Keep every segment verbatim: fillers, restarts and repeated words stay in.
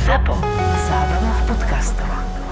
Zapo. Zábrná v podcastov.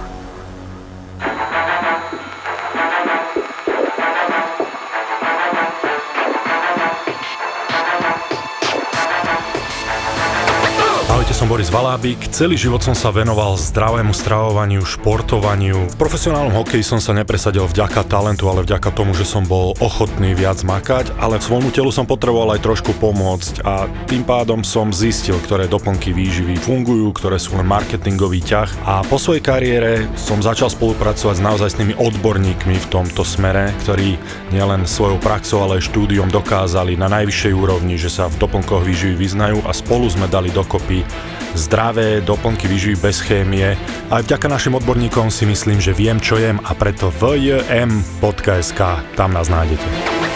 Ahojte, som Boris Valábik. Celý život som sa venoval zdravému stravovaniu, športovaniu. V profesionálnom hokeji som sa nepresadil vďaka talentu, ale vďaka tomu, že som bol ochotný viac makať, ale svojmu telu som potreboval aj trošku pomôcť a tým pádom som zistil, ktoré doplnky výživy fungujú, ktoré sú len marketingový ťah a po svojej kariére som začal spolupracovať s naozajstnými odborníkmi v tomto smere, ktorí nielen svojou praxou, ale aj štúdiom dokázali na najvyššej úrovni, že sa v doplnkoch výživy vyznajú a spolu sme dali dokopy zdravé doplnky výživy bez chémie. A vďaka našim odborníkom si myslím, že viem, čo jem a preto v j m bodka es ka, tam nás nájdete.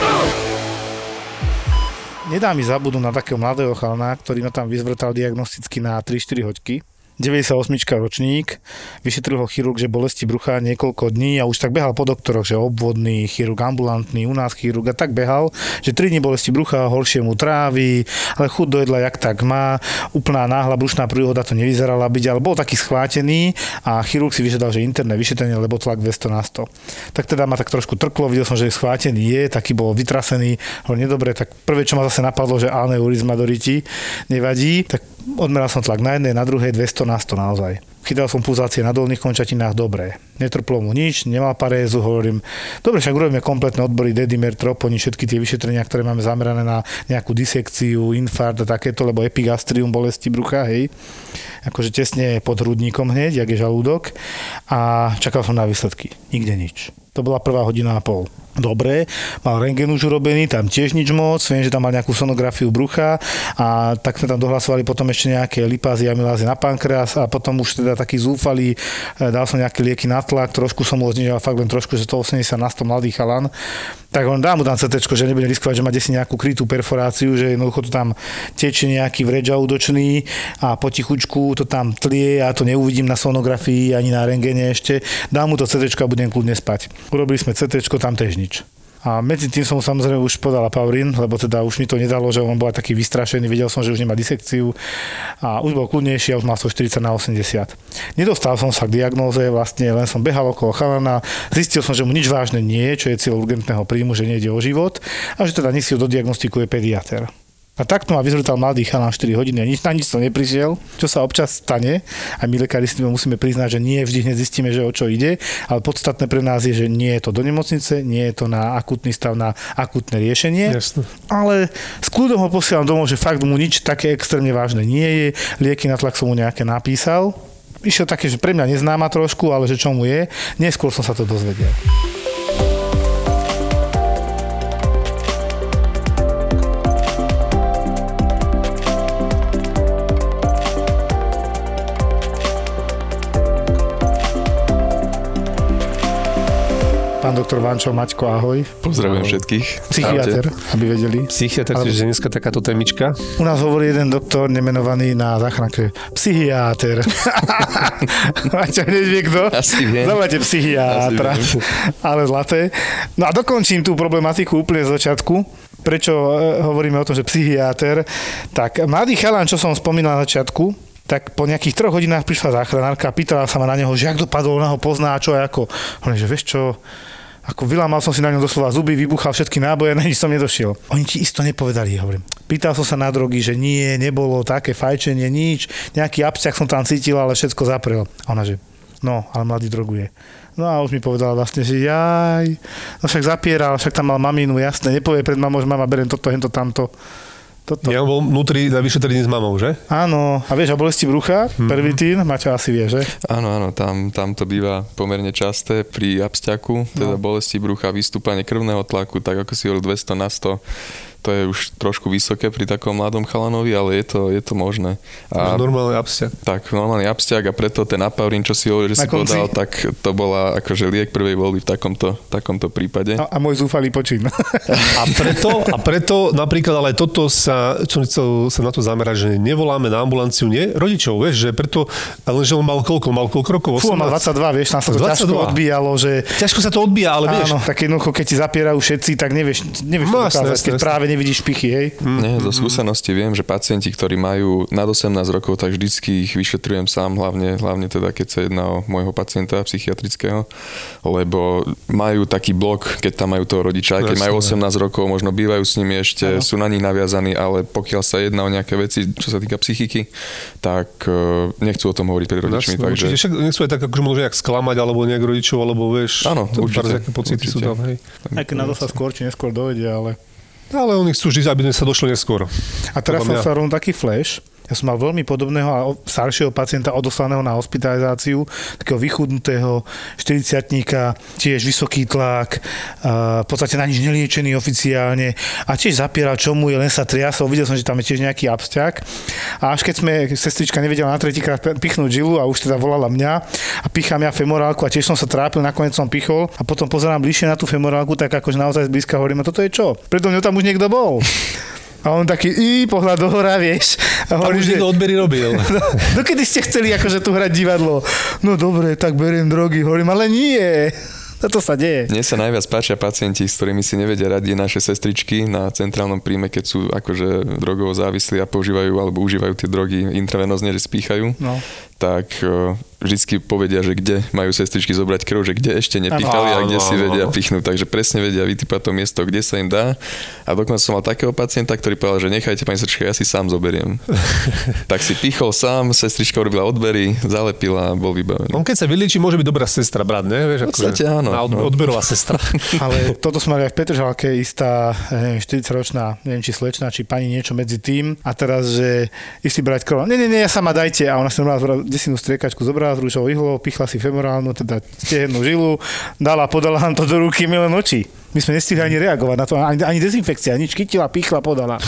Nedá mi zabudnúť na takého mladého chalana, ktorý ma tam vyzvrtal diagnosticky na tri štyri hoďky. deväťdesiatosem ročník, vyšetril ho chirurg, že bolesti brucha niekoľko dní a už tak behal po doktoroch, že obvodný chirurg, ambulantný, u nás chirurg a tak behal, že tri dní bolesti brucha, horšie mu trávi, ale chuť do jedla jak tak má, úplná náhla brušná príhoda to nevyzerala byť, ale bol taký schvátený a chirurg si vyžiadal, že interné vyšetrenie, lebo tlak dvesto na sto. Tak teda ma tak trošku trklo, videl som, že je schvátený je, taký bol vytrasený, hovorím, nedobre, tak prvé, čo ma zase napadlo, že aneurizma do ryti, nevadí, tak odmeral som tlak na jednej, na druhej dvesto na sto naozaj. Chytal som pulzácie na dolných končatinách, dobré. Netrplo mu nič, nemal parézu, hovorím, dobre, však urobíme kompletné odbory, dedimer, troponín, všetky tie vyšetrenia, ktoré máme zamerané na nejakú disekciu, infarkt a takéto, lebo epigastrium, bolesti brucha, hej. Akože tesne pod hrudníkom hneď, jak je žalúdok. A čakal som na výsledky. Nikde nič. To bola prvá hodina a pol. Dobre, mal rentgen už urobený, tam tiež nič moc, viem, že tam mal nejakú sonografiu brucha a tak sme tam dohlasovali potom ešte nejaké lipázy, amylázy na pankreas a potom už teda taký zúfalý, dal som nejaké lieky na tlak, trošku som mu znižil, fakt len trošku, že sto osemdesiat na sto mladý chalan, tak on dá mu tam cé téčko, že nebude riskovať, že má desi nejakú krytú perforáciu, že jednoducho to tam tečie nejaký vreč žalúdočný a potichučku to tam tlie, ja to neuvidím na sonografii ani na rentgene ešte, dám mu to cé téčko a budem kľudne spať. Urobili sme cé téčko, tam tiež nič. A medzi tým som samozrejme už podal apaurín, lebo teda už mi to nedalo, že on bol taký vystrašený, videl som, že už nemá disekciu a už bol kľudnejší a už mal sto štyridsať na osemdesiat. Nedostal som sa k diagnóze, vlastne len som behal okolo chalana, zistil som, že mu nič vážne nie je, čo je cieľ urgentného príjmu, že nejde o život a že teda nech si ho dodiagnostikuje pediater. A takto ma vyzvrtal mladý chalán štyri hodiny a nič na nič to neprišiel, čo sa občas stane a my lekári si musíme priznať, že nie vždy hneď zistíme, že o čo ide, ale podstatné pre nás je, že nie je to do nemocnice, nie je to na akutný stav, na akutné riešenie. Jasne. Ale s kľudom ho posielam domov, že fakt mu nič také extrémne vážne nie je, lieky na tlak som mu nejaké napísal. Išiel také, že pre mňa neznáma trošku, ale že čo mu je, neskôr som sa to dozvedel. Pán doktor Vančo, Maťko, ahoj. Pozdravujem všetkých. Psychiater, aby vedeli. Psychiater, ale... čiže dneska takáto témička. U nás hovorí jeden doktor, nemenovaný na záchranke. Psychiater. Maťo, nevie kto? Asi viem. Zavajte psychiatra. Ale zlaté. No a dokončím tú problematiku úplne z začiatku. Prečo hovoríme o tom, že psychiater? Tak mladý chalan, čo som spomínal na začiatku, tak po nejakých troch hodinách prišla záchranárka a pýtala sa ma na neho, že jak dopadol, ona ho pozná, čo a ako. Hovorím, že vieš čo, ako vylámal som si na ňom doslova zuby, vybuchal všetky náboje, na nič som nedošiel. Oni ti isto nepovedali, hovorím. Pýtal som sa na drogy, že nie, nebolo také fajčenie, nič, nejaký absťah som tam cítil, ale všetko zaprel. A ona, že no, ale mladý droguje. No a už mi povedala vlastne, že jaj, no však zapieral, však tam mal maminu, jasné, nepovie pred mamou, že mama berem toto, hento, tamto. Toto. Ja bol vnútri na vyšetrení s mamou, že? Áno. A vieš, a bolesti brucha? Mm-hmm. Pervitín? Maťo asi vie, že? Áno, áno, tam, tam to býva pomerne časté pri absťaku, teda no. bolesti brucha, vystúpanie krvného tlaku, tak ako si hovoril dvesto na sto. To je už trošku vysoké pri takom mladom chalanovi, ale je to, je to možné. A normálny absťak. Tak, normálny absťak a preto ten apaurín, čo si hovoril, že si podal, tak to bola akože liek prvej voľby v takomto, takomto prípade. A, a môj zúfalý počin. A preto, a preto napríklad, ale toto sa, čo chcel sa na to zamerať, že nevoláme na ambulanciu, nie? Rodičov, vieš, že preto, ale že on mal koľko, mal koľko rokov? Fú, mal dvadsaťdva, vieš, nám sa to ťažko odbíjalo, že... Ťažko sa to odbíja, ale vieš. Áno, tak jednoducho, keď ti zapierajú všetci, tak nevieš, nevieš no, to dokázať, keď práve práve nevidíš pichy, hej? Nie, zo skúsenosti viem, že pacienti, ktorí majú nad osemnásť rokov, tak vždycky ich vyšetrujem sám, hlavne, hlavne teda, keď sa jedná o môjho pacienta psychiatrického, lebo majú taký blok, keď tam majú toho rodiča, aj keď majú osemnásť rokov, možno bývajú s nimi ešte, ano. Sú na nich naviazaní, ale pokiaľ sa jedná o nejaké veci, čo sa týka psychiky, tak uh, nechcú o tom hovoriť pred rodičmi. Jasne, takže... Určite, však nechcú aj tak akože možno nejak sklamať, alebo nejak rodičov, alebo vieš, áno, určite, pocity určite. Sú tam, hej. Aj keď na to sa skôr či neskôr dovedia, ale... Ale oni chcú vždy, aby sa došlo neskôr. A teraz som sa rovno taký flash. Ja som mal veľmi podobného a staršieho pacienta odoslaného na hospitalizáciu, takého vychudnutého štyridsiatnika, tiež vysoký tlak, v podstate na nič neliečený oficiálne a tiež zapieral, čo mu je, len sa triasol. Videl som, že tam je tiež nejaký absťak. A až keď sme, sestrička nevedela na tretíkrát pichnúť žilu a už teda volala mňa a pichám ja femorálku a tiež som sa trápil, nakoniec som pichol a potom pozerám bližšie na tú femorálku, tak akože naozaj zblízka hovorím, a toto je čo? Predo mňa tam už niekto bol. A on taký, í, pohľad do hora, vieš. A hovorí, už niekto odbery robil. No, dokedy ste chceli akože tu hrať divadlo? No dobre, tak beriem drogy. Hovorím, ale nie. To sa deje. Mne sa najviac páčia pacienti, s ktorými si nevedia radiť naše sestričky na centrálnom príjme, keď sú akože drogovo závislí a používajú alebo užívajú tie drogy intravenózne, že spíchajú. No. Tak vždycky povedia, že kde majú sestričky zobrať krv, že kde ešte nepichali a kde si vedia pichnúť. Takže presne vedia vytipať to miesto, kde sa im dá. A dokonca som mal takého pacienta, ktorý povedal, že nechajte, pani sestrička, ja si sám zoberiem. Tak si pichol sám, sestrička urobila odbery, zalepila a bol vybavený. On keď sa vylieči, môže byť dobrá sestra, brat, ne? Vieš, v podstate áno. Od, no. Odberová sestra. Ale toto sme mali aj v Petržalke, istá neviem, štyridsaťročná, neviem, či slečna, či pani niečo medzi tým. A teraz, že istý brať krv. Nie, nie, nie, ja sama dajte. A ona sa normálne desinú striekačku zobrala z rúšou ihlo, pichla si femorálnu, teda stehennú žilu, dala, podala nám to do ruky, my len oči. My sme nestihli ani reagovať na to, ani, ani dezinfekcia, nič, chytila, pichla, podala.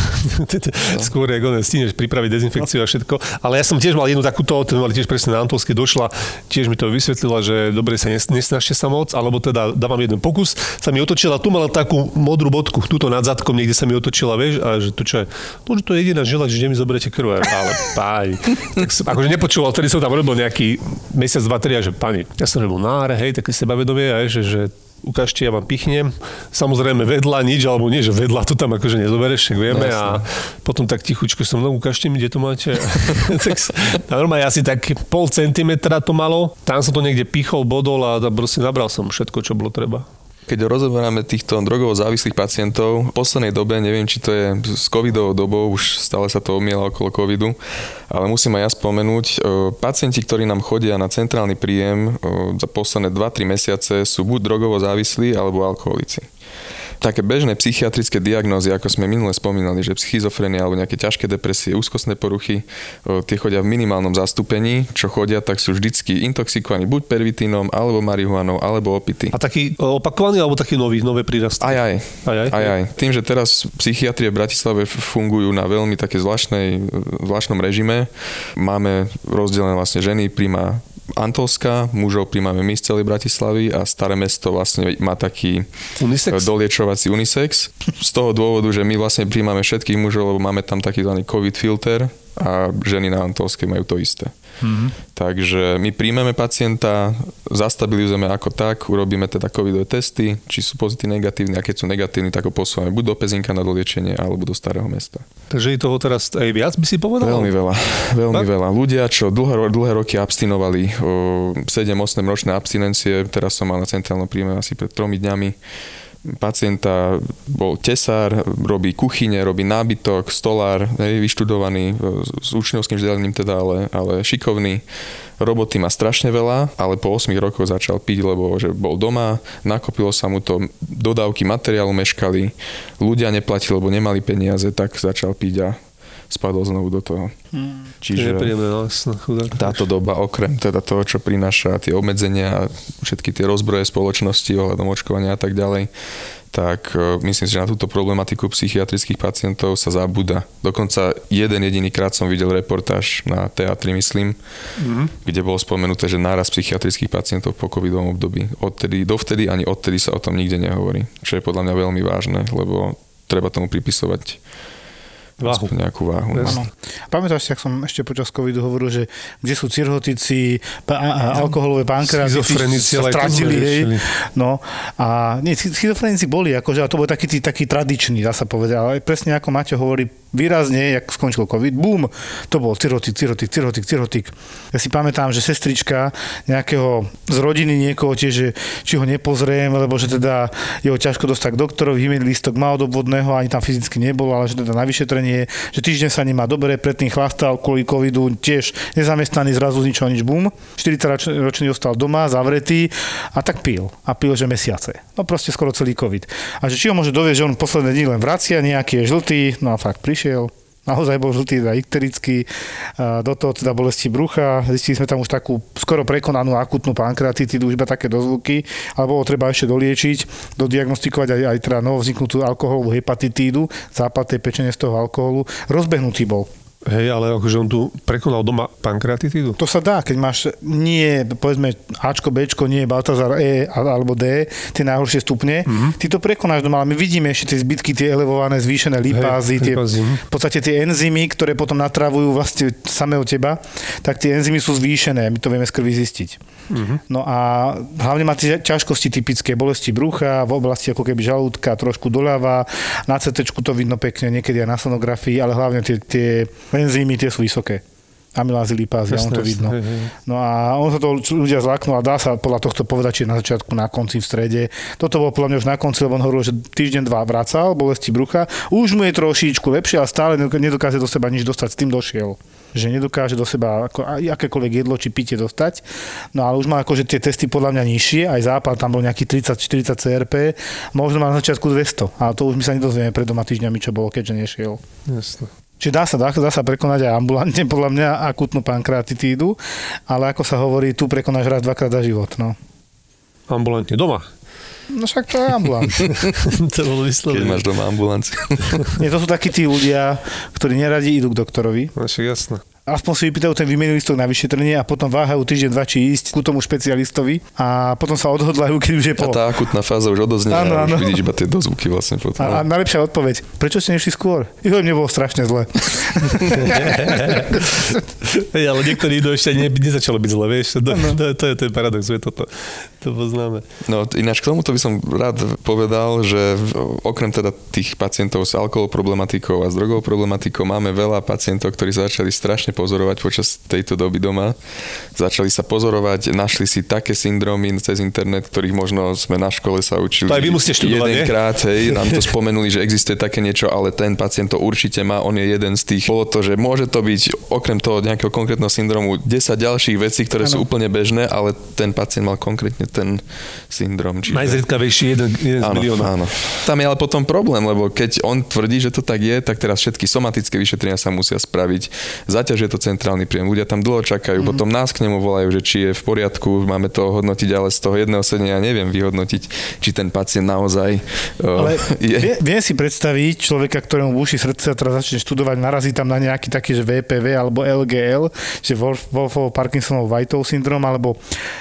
Skôr, ako stíneš pripraviť dezinfekciu a všetko. Ale ja som tiež mal jednu takúto, to mali tiež presne na Antolskej, došla, tiež mi to vysvetlila, že dobre sa nesnažte sa moc, alebo teda dávam jeden pokus, sa mi otočila, tu mala takú modrú bodku, túto nad zadkom, niekde sa mi otočila, vieš, a že to čo je, no, že to je jediná žila, že kde mi zoberiete krv, ale páj. Tak som, akože nepočúval, vtedy som tam robil nejaký mesiac, dva, tri, a že pani, ja som robil náre, hej, taký sebavedomie, že, že ukážte, ja vám pichnem. Samozrejme vedľa nič, alebo nie, že vedľa to tam akože nezobereš, však vieme. No, a potom tak tichučko som, no ukážte mi, kde to máte. Tak normálne asi tak pol centimetra to malo. Tam som to niekde pichol, bodol a proste nabral som všetko, čo bolo treba. Keď rozoberáme týchto drogovo závislých pacientov, v poslednej dobe, neviem, či to je s covidovou dobou, už stále sa to omiela okolo covidu, ale musím aj ja spomenúť, pacienti, ktorí nám chodia na centrálny príjem za posledné dva tri mesiace, sú buď drogovo závislí, alebo alkoholici. Také bežné psychiatrické diagnózy, ako sme minule spomínali, že schizofrenia alebo nejaké ťažké depresie, úzkostné poruchy, tie chodia v minimálnom zastúpení. Čo chodia, tak sú vždycky intoxikovaní buď pervitínom, alebo marihuanou, alebo opity. A taký opakovaný, alebo taký nový, nové prírasty? Aj aj. Aj, aj. aj, aj. Tým, že teraz psychiatrie v Bratislave fungujú na veľmi také zvláštnej, zvláštnom režime, máme rozdelené vlastne ženy, príjma Antolská, mužov príjmame my z celej Bratislavy a Staré Mesto vlastne má taký unisex? doliečovací unisex. Z toho dôvodu, že my vlastne príjmame všetkých mužov, lebo máme tam taký zvaný COVID filter a ženy na Antolskej majú to isté. Mm-hmm. Takže my príjmeme pacienta, zastabilizujeme ako tak, urobíme teda covidové testy, či sú pozitívne, negatívne, a keď sú negatívni, tak ho posúvame buď do Pezinka na doliečenie, alebo do Starého Mesta. Takže je toho teraz aj viac, by si povedal? Veľmi veľa, veľmi tak? veľa. Ľudia, čo dlhé, dlhé roky abstinovali, sedem osem ročné abstinencie, teraz som mal na centrálnom príjme asi pred tromi dňami, pacienta bol tesár, robí kuchyne, robí nábytok, stolár, hej, vyštudovaný s učňovským vzdelaním teda, ale, ale šikovný. Roboty má strašne veľa, ale po ôsmich rokoch začal piť, lebo že bol doma, nakopilo sa mu to, dodávky materiálu meškali, ľudia neplatili, lebo nemali peniaze, tak začal piť a spadol znovu do toho. Hmm. Čiže táto doba, okrem teda toho, čo prináša tie obmedzenia a všetky tie rozbroje spoločnosti ohľadom očkovania a tak ďalej, tak myslím si, že na túto problematiku psychiatrických pacientov sa zabúda. Dokonca jeden jediný krát som videl reportáž na teatri, myslím, mm-hmm. kde bolo spomenuté, že nárast psychiatrických pacientov po covidovom období. Odtedy, dovtedy ani odtedy sa o tom nikde nehovorí. Čo je podľa mňa veľmi vážne, lebo treba tomu pripisovať Váhu. aspoň nejakú váhu. No. Áno. Pamätáš si, ak som ešte počas covidu hovoril, že kde sú cirhotici, pa, a, a, alkoholové pankreatity Schizofrenici, sa ale aj to stratili, sme hej. riešili. No, a nie, schizofrenici boli, akože, ale to bol taký, tí, taký tradičný, dá sa povedať, ale presne ako Maťo hovorí, výrazne, jak skončil covid, bum, to bol cirhotik, cirhotik, cirhotik, cirhotik. Ja si pamätám, že sestrička nejakého z rodiny niekoho tiež, že či ho nepozriem, lebo že teda jeho ťažko dostať k doktorovi, vymenil lístok, má od obvodného, ani tam fyzicky nebol, ale že teda na vyšetrenie, že týždeň sa nemá dobre, predtým chlastal kvôli covidu, tiež nezamestnaný, zrazu z ničoho nič, bum. štyridsaťročný ostal doma, zavretý a tak pil. A pil, že mesiace. No proste skoro celý covid. A že či ho môže dovieť, že on posledné dni len vracia, nejaký je žltý, no a fakt prišiel. Naozaj bol žltý, teda ikterický, do toho teda bolesti brucha, zistili sme tam už takú skoro prekonanú akutnú pankreatitidu, už iba také dozvuky, ale bolo treba ešte doliečiť, dodiagnostikovať aj, aj teda novovzniknutú alkoholovú hepatitídu, zápal tej pečene z toho alkoholu, rozbehnutý bol. Hej, ale akože on tu prekonal doma pankreatitídu? To sa dá, keď máš nie, povedzme, Ačko, Bčko, nie Baltazar E alebo D, tie najhoršie stupne, mm-hmm. ty to prekonáš doma, ale my vidíme ešte tie zbytky, tie elevované, zvýšené lipázy, tie, v podstate tie enzymy, ktoré potom natravujú vlastne samého teba, tak tie enzymy sú zvýšené, my to vieme z krvi zistiť. Mm-hmm. No a hlavne má tie ťažkosti typické, bolesti brucha, v oblasti ako keby žalúdka, trošku doľava, na cé téčku to vidno pekne, niekedy aj na sonografii, ale hlavne tie, tie enzymy, tie sú vysoké. Amylázy, lipázy, on to vidno. Hej, hej. No a on sa to ľudia zláknú a dá sa podľa tohto povedať, či na začiatku, na konci, v strede. Toto bolo podľa mňa už na konci, lebo on hovoril, že týždeň, dva vracal, bolesti brucha. Už mu je trošičku lepšie, ale stále nedokáže do seba nič dostať, s tým došiel. Že nedokáže do seba ako, akékoľvek jedlo či pitie dostať. No ale už má akože tie testy podľa mňa nižšie, aj zápal tam bol nejaký tridsať štyridsať cé er pé, možno má na začiatku dvesto, ale to už my sa nedozvieme pred dvoma týždňami, čo bolo, keďže nešiel. Jasne. Čiže dá sa, dá, dá sa prekonať aj ambulantne, podľa mňa, akútnu pankreatitídu, ale ako sa hovorí, tu prekonáš raz, dvakrát za život. No. Ambulantne, doma. No však to je ambulant. To bolo vyslovené. Keď máš doma ambulanciu. Nie, to sú takí tí ľudia, ktorí neradi idú k doktorovi. No však jasné. Aspoň si vypýtajú ten výmenný listok na vyšetrenie a potom váhajú týždeň, dva, či ísť ku tomu špecialistovi a potom sa odhodlajú, keď už je po. A tá akutná fáza už odoznie Áno, a áno. už vidíš iba tie dozvuky vlastne potom. A, a najlepšia odpoveď, prečo ste nešli skôr? Jo, mne bolo strašne zle. Hej, ale niektorí idú ešte ne, nezačalo byť zle, vieš. To, to, to je ten paradox, je toto. To poznáme. No ináč k tomuto by som rád povedal, že okrem teda tých pacientov s alkohol problematikou a s drogovou problematikou máme veľa pacientov, ktorí sa začali strašne pozorovať počas tejto doby doma. Začali sa pozorovať, našli si také syndromy cez internet, ktorých možno sme na škole sa učili. To aj vy musíte študovať, jedenkrát, hej, nám to spomenuli, že existuje také niečo, ale ten pacient to určite má, on je jeden z tých. Bolo to, že môže to byť okrem toho nejakého konkrétneho syndromu desať ďalších vecí, ktoré ano. Sú úplne bežné, ale ten pacient mal konkrétne ten syndrom. Čiže... Najzriedkavejší jeden, jeden áno, z milióna. Áno. Tam je ale potom problém, lebo keď on tvrdí, že to tak je, tak teraz všetky somatické vyšetrenia sa musia spraviť. Zaťažuje to centrálny príjem. Ľudia tam dlho čakajú, mm-hmm. potom nás k nemu volajú, že či je v poriadku, máme to hodnotiť, ale z toho jedného sedenia neviem vyhodnotiť, či ten pacient naozaj ale uh, je. Vie, vie si predstaviť človeka, ktorému buší srdce a teraz začne študovať, narazí tam na nejaký taký, že vé pé vé alebo el gé el, že Wolfov Parkinsonov Whiteov syndrom alebo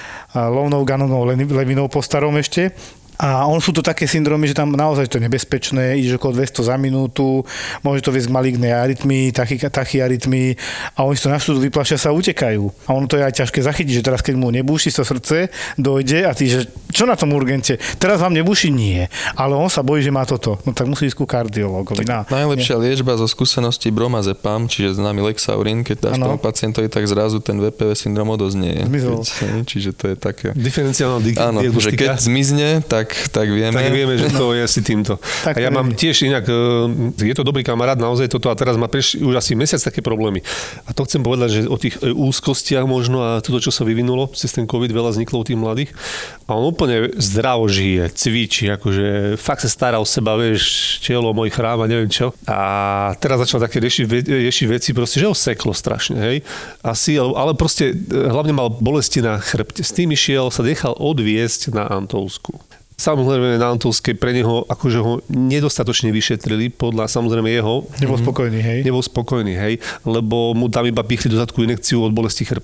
Lownou Gannonovou Levinou po starom ešte. A on sú to také syndromy, že tam naozaj to je nebezpečné, ideš okolo dvesto za minútu, môže to viesť k malignej arytmii, tachy, tachyarytmii a oni si to naštudujú, vyplašia sa a utekajú. A ono to je aj ťažké zachytiť, že teraz keď mu nebúši to srdce, dojde a ty, že čo na tom urgente? Teraz vám nebúši? Nie. Ale on sa bojí, že má toto. No tak musí ísť ku kardiológovi. Na, najlepšia nie. liečba zo skúseností bromazepam, čiže známy Lexaurin, keď dáš ano. Tomu pacientovi, tak zrazu ten vé pé vé syndrom odoznie. Zmizol. Čiže to je také. Diferenciálna di- áno, diagnostika. Že keď zmizne, tak tak vieme. Tak vieme, že to je asi týmto. A ja mám tiež inak, je to dobrý kamarát, naozaj toto a teraz má prešli už asi mesiac také problémy. A to chcem povedať, že o tých úzkostiach možno a toto, čo sa vyvinulo cez ten COVID, veľa vzniklo u tých mladých. A on úplne zdravo žije, cvičí, akože fakt sa stará o seba, vieš, telo, môj chrám a neviem čo. A teraz začal také riešiť, riešiť veci, proste, že ho seklo strašne, hej. Asi, ale proste hlavne mal bolesti na chrbte. S tým išiel, sa nechal odviesť na Antolsku. Samozrejme na Antolskej pre neho akože ho nedostatočne vyšetrili, podľa samozrejme jeho. Nebol spokojný, hej? Nebol spokojný, hej, lebo mu tam iba pichli do zadku inekciu od bolesti chrbta.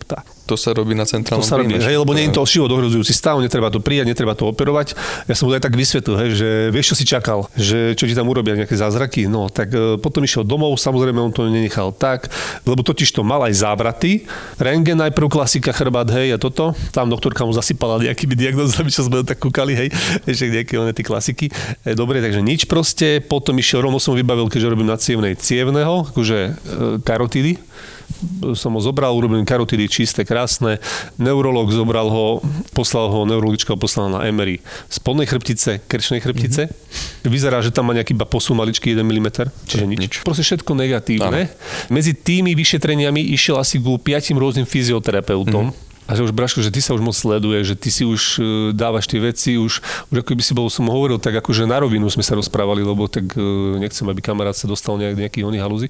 to sa robí na centrálnom To sa robí, príjme. hej, lebo nie je to život ohrozujúci stav, netreba to prijať, netreba to operovať. Ja som mu aj tak vysvetlil, hej, že vieš, čo si čakal, že čo ti tam urobia nejaké zázraky. No, tak e, potom išiel domov, samozrejme on to nenechal tak, lebo totiž to mal aj zábraty. Rentgen najprv, klasika, chrbát, hej, a toto. Tam doktorka mu zasypala nejakými diagnózami, čo sme tak kúkali, hej, ešte nejaké one tie klasiky. E, dobre, takže nič proste. Potom išiel, rovno som vybavil, keďže robím na cievnej cievneho, akože e, karotídy. Som ho zobral, urobil karotídy čisté, krásne. Neurolog zobral ho, poslal ho, neurologička ho poslala na em er í spodnej chrbtice, krčnej chrbtice. Mm-hmm. Vyzerá, že tam má nejaký iba posun maličký jeden milimeter, čiže nič. nič. Proste všetko negatívne. Ano. Medzi tými vyšetreniami išiel asi ku piatim rôznym fyzioterapeutom. Mm-hmm. A že už, Braško, že ty sa už moc sleduje, že ty si už dávaš tie veci, už, už ako by si bol, som hovoril, tak akože na rovinu sme sa rozprávali, lebo tak nechcem, aby kamarát sa dostal nejak, nejaký oný halúzy.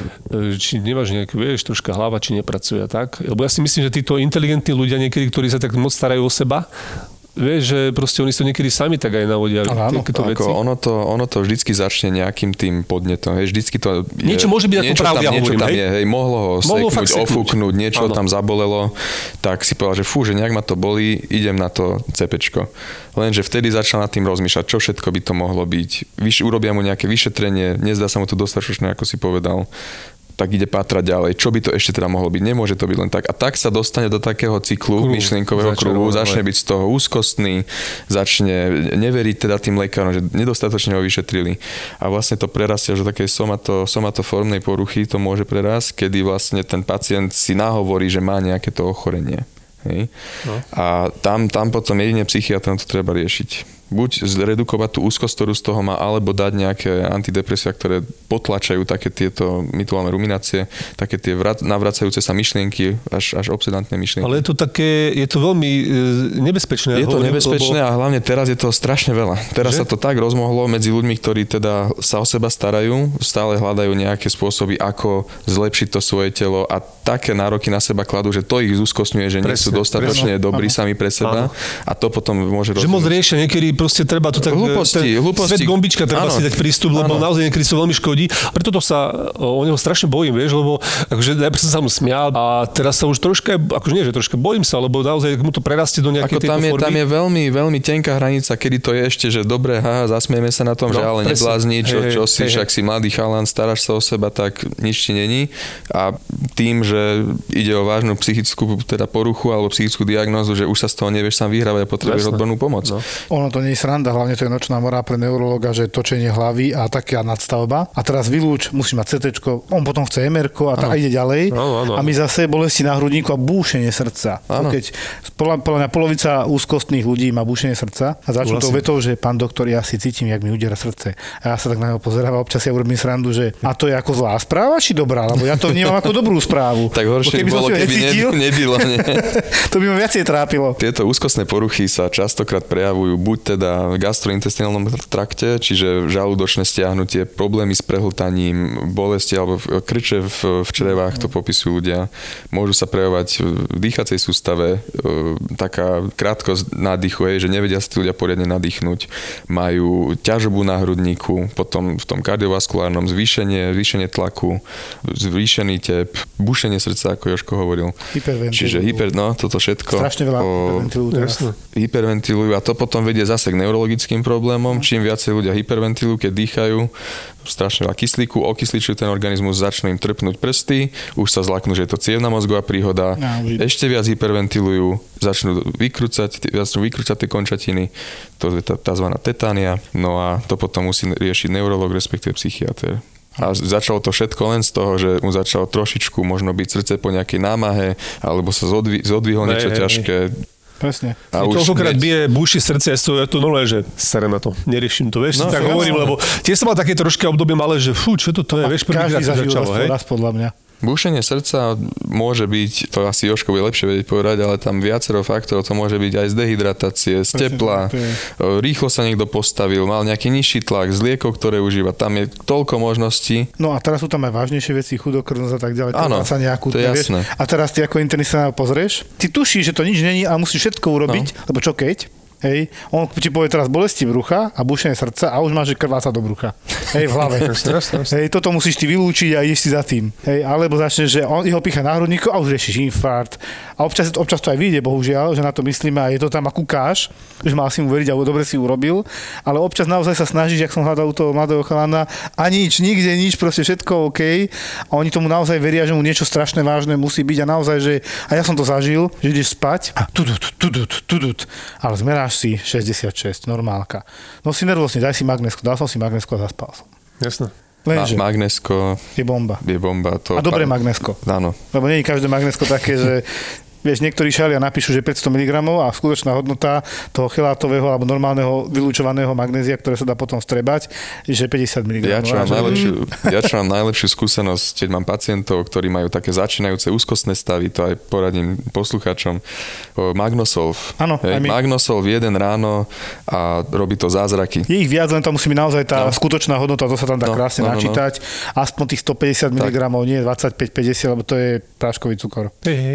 Či nemáš nejaký, vieš, troška hlava, či nepracuje a tak. Lebo ja si myslím, že títo inteligentní ľudia niekedy, ktorí sa tak moc starajú o seba, vieš, že proste oni sú niekedy sami tak aj navodia. Áno, ako ono to, ono to vždycky začne nejakým tým podnetom. Hej, vždycky to je, niečo môže byť ako pravda, ja niečo hovorím, tam hej? je, hej, mohlo ho mohlo seknúť, ofúknuť, niečo áno. tam zabolelo, tak si povedal, že fú, že nejak ma to bolí, idem na to cepečko. Lenže vtedy začal nad tým rozmýšľať, čo všetko by to mohlo byť. Vyš, urobia mu nejaké vyšetrenie, nezdá sa mu to dostatočné, ako si povedal. Tak ide pátrať ďalej. Čo by to ešte teda mohlo byť? Nemôže to byť len tak. A tak sa dostane do takého cyklu, Kruh, myšlienkového kruhu, začne byť z toho úzkostný, začne neveriť teda tým lekárom, že nedostatočne ho vyšetrili. A vlastne to prerastie až do takej somato, somatoformnej poruchy, to môže prerásť, kedy vlastne ten pacient si nahovorí, že má nejaké to ochorenie. Hej? No. A tam, tam potom jedine psychiatrom to treba riešiť. Buď zredukovať tú úzkosť, ktorú z toho má, alebo dať nejaké antidepresia, ktoré potlačajú také tieto, my tu máme ruminácie, také tie vrat, navracajúce sa myšlienky, až, až obsedantné myšlienky. Ale je to také, je to veľmi nebezpečné. Je to hovorím, nebezpečné lebo... a hlavne teraz je to strašne veľa. Teraz že? Sa to tak rozmohlo medzi ľuďmi, ktorí teda sa o seba starajú, stále hľadajú nejaké spôsoby, ako zlepšiť to svoje telo a také nároky na seba kladú, že to ich zúskostňuje, že presne, nie sú dostatočne presne. dobrí ano. sami pre seba. Ano. A to potom môže rozhodnúť. Že moc riešia niekedy proste treba to tak... Hlúposti, hlúposti. Svet gombička treba ano. si dať prístup, lebo ano. naozaj niekedy sú veľmi škodí. Preto to sa o neho strašne bojím, vieš, lebo akože najprv som sa mu smial a teraz sa už troška, akože nie, že troška bojím sa, lebo naozaj mu to prerastie do nejakej tejto tam je, formy. Tam je veľmi, veľmi tenká hranica, kedy to je ešte, že dobre, ha, zasmieme sa na tom, no, že ale neblázni, čo, čo si, však si mladý chalan, staráš sa o seba, tak nič ti není. A tým, že ide o vážnu psychickú teda poruchu alebo psychickú diagnózu, že už sa z toho nevieš sám vyhrávať a potrebuješ odbornú pomoc. No. Ono to nie je sranda, hlavne to je nočná mora pre neurologa, že točenie hlavy a taká nadstavba. A teraz vylúč, musí mať cétéčko, on potom chce em erko a, tá, a ide ďalej. Ano, ano. A my zase bolesti na hrudníku a búšenie srdca. Keď podľa, podľa mňa polovica úzkostných ľudí má búšenie srdca a začnú tou vetou, že pán doktor, ja si cítim, jak mi udiera srdce. A ja sa tak na neho pozerám a občas ja urobím srandu, že a to je ako zlá správa či dobrá, lebo ja to vnímam ako dobrú správu. Tak horšie by bolo, keby necítil, nebylo. Ne? To by ma viacej trápilo. Tieto úzkostné poruchy sa častokrát prejavujú buď teda v gastrointestinálnom trakte, čiže žalúdočné stiahnutie, problémy s prehltaním, bolesti alebo krče v, v črevách, to popisujú ľudia. Môžu sa prejavovať v dýchacej sústave, taká krátkosť nádychu, že nevedia si ľudia poriadne nadýchnuť. Majú ťažobu na hrudníku, potom v tom kardiovaskulárnom zvýšenie, zvýšenie tlaku, zvýšený tep, bušenie srdca, ako Jožko hovoril. Hyperventilujú. Čiže hyper, no, toto všetko. Strašne veľa o, hyperventilujú teraz. Hyperventilujú a to potom vedie zase k neurologickým problémom. Čím viacej ľudia hyperventilujú, keď dýchajú, strašne veľa kyslíku, okysličujú ten organizmus, začnú im trpnúť prsty, už sa zlaknú, že je to cievna mozgová príhoda, no, ešte viac hyperventilujú, začnú vykrúcať, začnú vykrúcať tie končatiny, to je tá tzv. Tetánia, no a to potom musí riešiť neurolog, respektíve psychiater. A začalo to všetko len z toho, že mu začalo trošičku možno byť srdce po nejakej námahe, alebo sa zodvi, zodvihlo niečo ťažké. Presne. A už koľkokrát bije búši srdce, ja to nové, že serem na to, neriešim to, vieš, no, si tak hovorím, lebo tiež som mal také trošké obdobie malé, že fú, čo to, to je, vieš, prvýkrát to začalo, hej? Raz podľa mňa. Búšenie srdca môže byť, to asi Jožko bude lepšie vedieť povedať, ale tam viacero faktorov, to môže byť aj z dehydratácie, z tepla, rýchlo sa niekto postavil, mal nejaký nižší tlak, z liekov, ktoré užíva, tam je toľko možností. No a teraz sú tam aj vážnejšie veci, chudokrvnosť a tak ďalej. Áno, to je jasné. A teraz ty ako internista pozrieš, ty tušíš, že to nič není a musíš všetko urobiť, no. Lebo čo keď? Hej, on ti povie teraz bolesti brucha a bušenie srdca a už máš, že krváca do brucha. Hej, v hlave. Hej, toto musíš ty vylúčiť a ideš si za tým. Hej, alebo začneš, že on ho pícha na hrudníku a už riešiš infarkt. A občas, občas to aj vyjde, bohužiaľ, že na to myslíme a je to tam a kúkáš, že mal si mu veriť, alebo dobre si urobil, ale občas naozaj sa snažíš, jak som hľadal u toho mladého chalana, a nič, nikde nič, proste všetko OK. A oni tomu naozaj veria, že mu niečo strašné vážne musí byť a naozaj, že a ja som to zažil, že ideš spať a tudut, tudut, tudut, ale zmeráš si šesťdesiatšesť, normálka. No si nervózne, daj si magnesko, dal som si magnesko a zaspal som. Jasné. Lenže Ma- magnesko je bomba. je bomba. To A dobré pár... magnesko. Áno. Lebo nie je každé magnesko také, že vieš, niektorí šalia napíšu, že päťsto miligramov a skutočná hodnota toho chelátového alebo normálneho vylúčovaného magnézia, ktoré sa dá potom vstrebať, že päťdesiat Ja miligramov. čo, mám najlepšiu, ja čo mám najlepšiu skúsenosť, keď mám pacientov, ktorí majú také začínajúce úzkostné stavy, to aj poradím poslucháčom, Magnosolv. Áno, Hej, aj my. Magnosolv jeden ráno a robí to zázraky. Je ich viac, len tam musí byť naozaj tá No. skutočná hodnota, to sa tam dá No, krásne no, no, no. načítať. Aspoň tých stopäťdesiat miligramov, nie dvadsaťpäť päťdesiat, lebo to je práškový cukor. Hej, hej.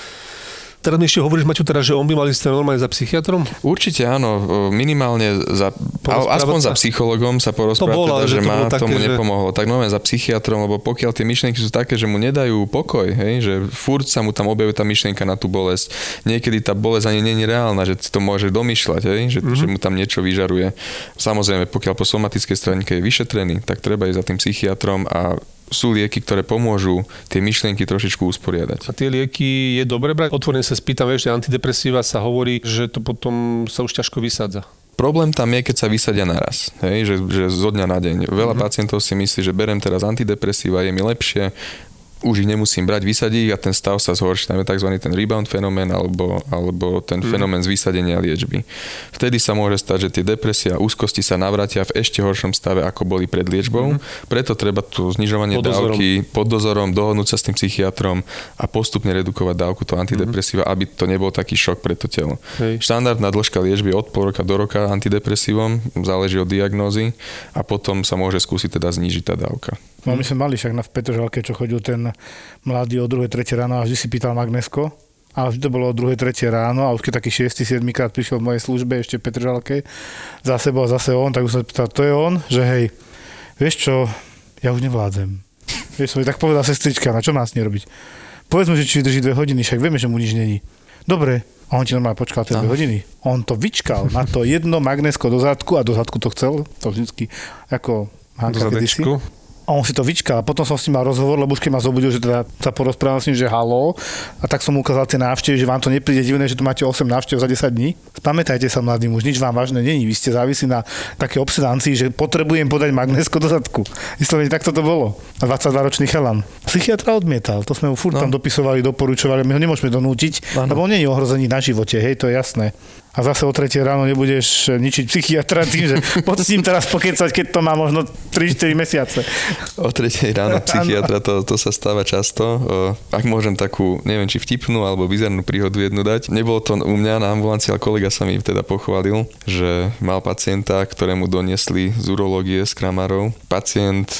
Teraz mi ešte hovoríš, Maťo, teda, že on by mal ísť normálne za psychiatrom? Určite áno, minimálne za, aspoň za psychologom sa porozprávať, To bol, teda, ale že že to má, bolo také, tomu že- nepomohlo. Tak normálne za psychiatrom, lebo pokiaľ tie myšlienky sú také, že mu nedajú pokoj, hej, že furt sa mu tam objavuje tá myšlienka na tú bolesť. Niekedy tá bolesť ani nie je reálna, že si to môže domýšľať, hej, že, mm-hmm. že mu tam niečo vyžaruje. Samozrejme, pokiaľ po somatickej stránke je vyšetrený, tak treba ísť za tým psychiatrom a sú lieky, ktoré pomôžu tie myšlienky trošičku usporiadať. A tie lieky je dobre brať? Otvorene sa spýtam, vieš, že antidepresíva sa hovorí, že to potom sa už ťažko vysádza. Problém tam je, keď sa vysadia naraz, hej, že, že zo dňa na deň. Veľa mm-hmm. pacientov si myslí, že berem teraz antidepresíva, je mi lepšie, už ich nemusím brať, vysadí ich a ten stav sa zhorší. Tam je tzv. Ten rebound fenomén alebo, alebo ten mm. fenomén zvysadenia liečby. Vtedy sa môže stať, že tie depresie a úzkosti sa navrátia v ešte horšom stave, ako boli pred liečbou. Mm. Preto treba tu znižovanie pod dávky pod dozorom, dohodnúť sa s tým psychiatrom a postupne redukovať dávku toho antidepresíva, mm. aby to nebol taký šok pre to telo. Hej. Štandardná dĺžka liečby od pol roka do roka antidepresívom, záleží od diagnózy a potom sa môže skúsiť teda znížiť tá dávka. No my sme mali však na v Petržalke, čo chodil ten mladý o druhej tretie ráno a vždy si pýtal magnesko. A vždy to bolo o druhej tretie ráno a už keď taký šiesty siedmy krát prišiel v mojej službe ešte v Petržalke, zase bol zase on, tak už som pýtal, to je on, že hej, vieš čo, ja už nevládzem. Vieš, som mi tak povedal sestrička, na čo má s nej robiť? Povedz mu, že či drží dve hodiny, však vieme, že mu nič není. Dobre, a on ti normálne počkal tie dve hodiny. On to vyčkal na to jedno magnesko do zadku a do zadku to chcel, to vždycky ako Hanka kedysi. A on si to vyčkal. A potom som s ním mal rozhovor, lebo už keď ma zobudil, že teda sa porozprával s ním, že haló. A tak som mu ukázal tie návštevy, že vám to nepríde divné, že tu máte osem návštev za desať dní. Pamätajte sa, mladý muž, nič vám vážne není. Vy ste závislí na také obsedancii, že potrebujem podať magnesko do zadku. Vyslovene takto to bolo. A dvadsaťdvaročný chalan. Psychiatra odmietal. To sme mu furt no. tam dopisovali, doporučovali. My ho nemôžeme donútiť, ano. Lebo on nie je ohrozený na živote, hej, to je jasné. A zase o tretie ráno nebudeš ničiť psychiatra tým, že poď s ním teraz pokecať, keď to má možno tri štyri mesiace. O tretej ráno psychiatra, to, to sa stáva často. Ak môžem takú, neviem, či vtipnú alebo bizarnú príhodu jednu dať. Nebolo to u mňa na ambulancii, ale kolega sa mi teda pochválil, že mal pacienta, ktorému doniesli z urológie z Kramarov. Pacient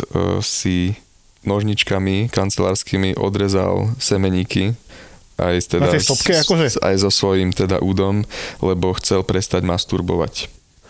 si nožničkami kancelárskymi odrezal semeníky aj, teda na tej stopke, akože? Aj so svojím teda údom, lebo chcel prestať masturbovať.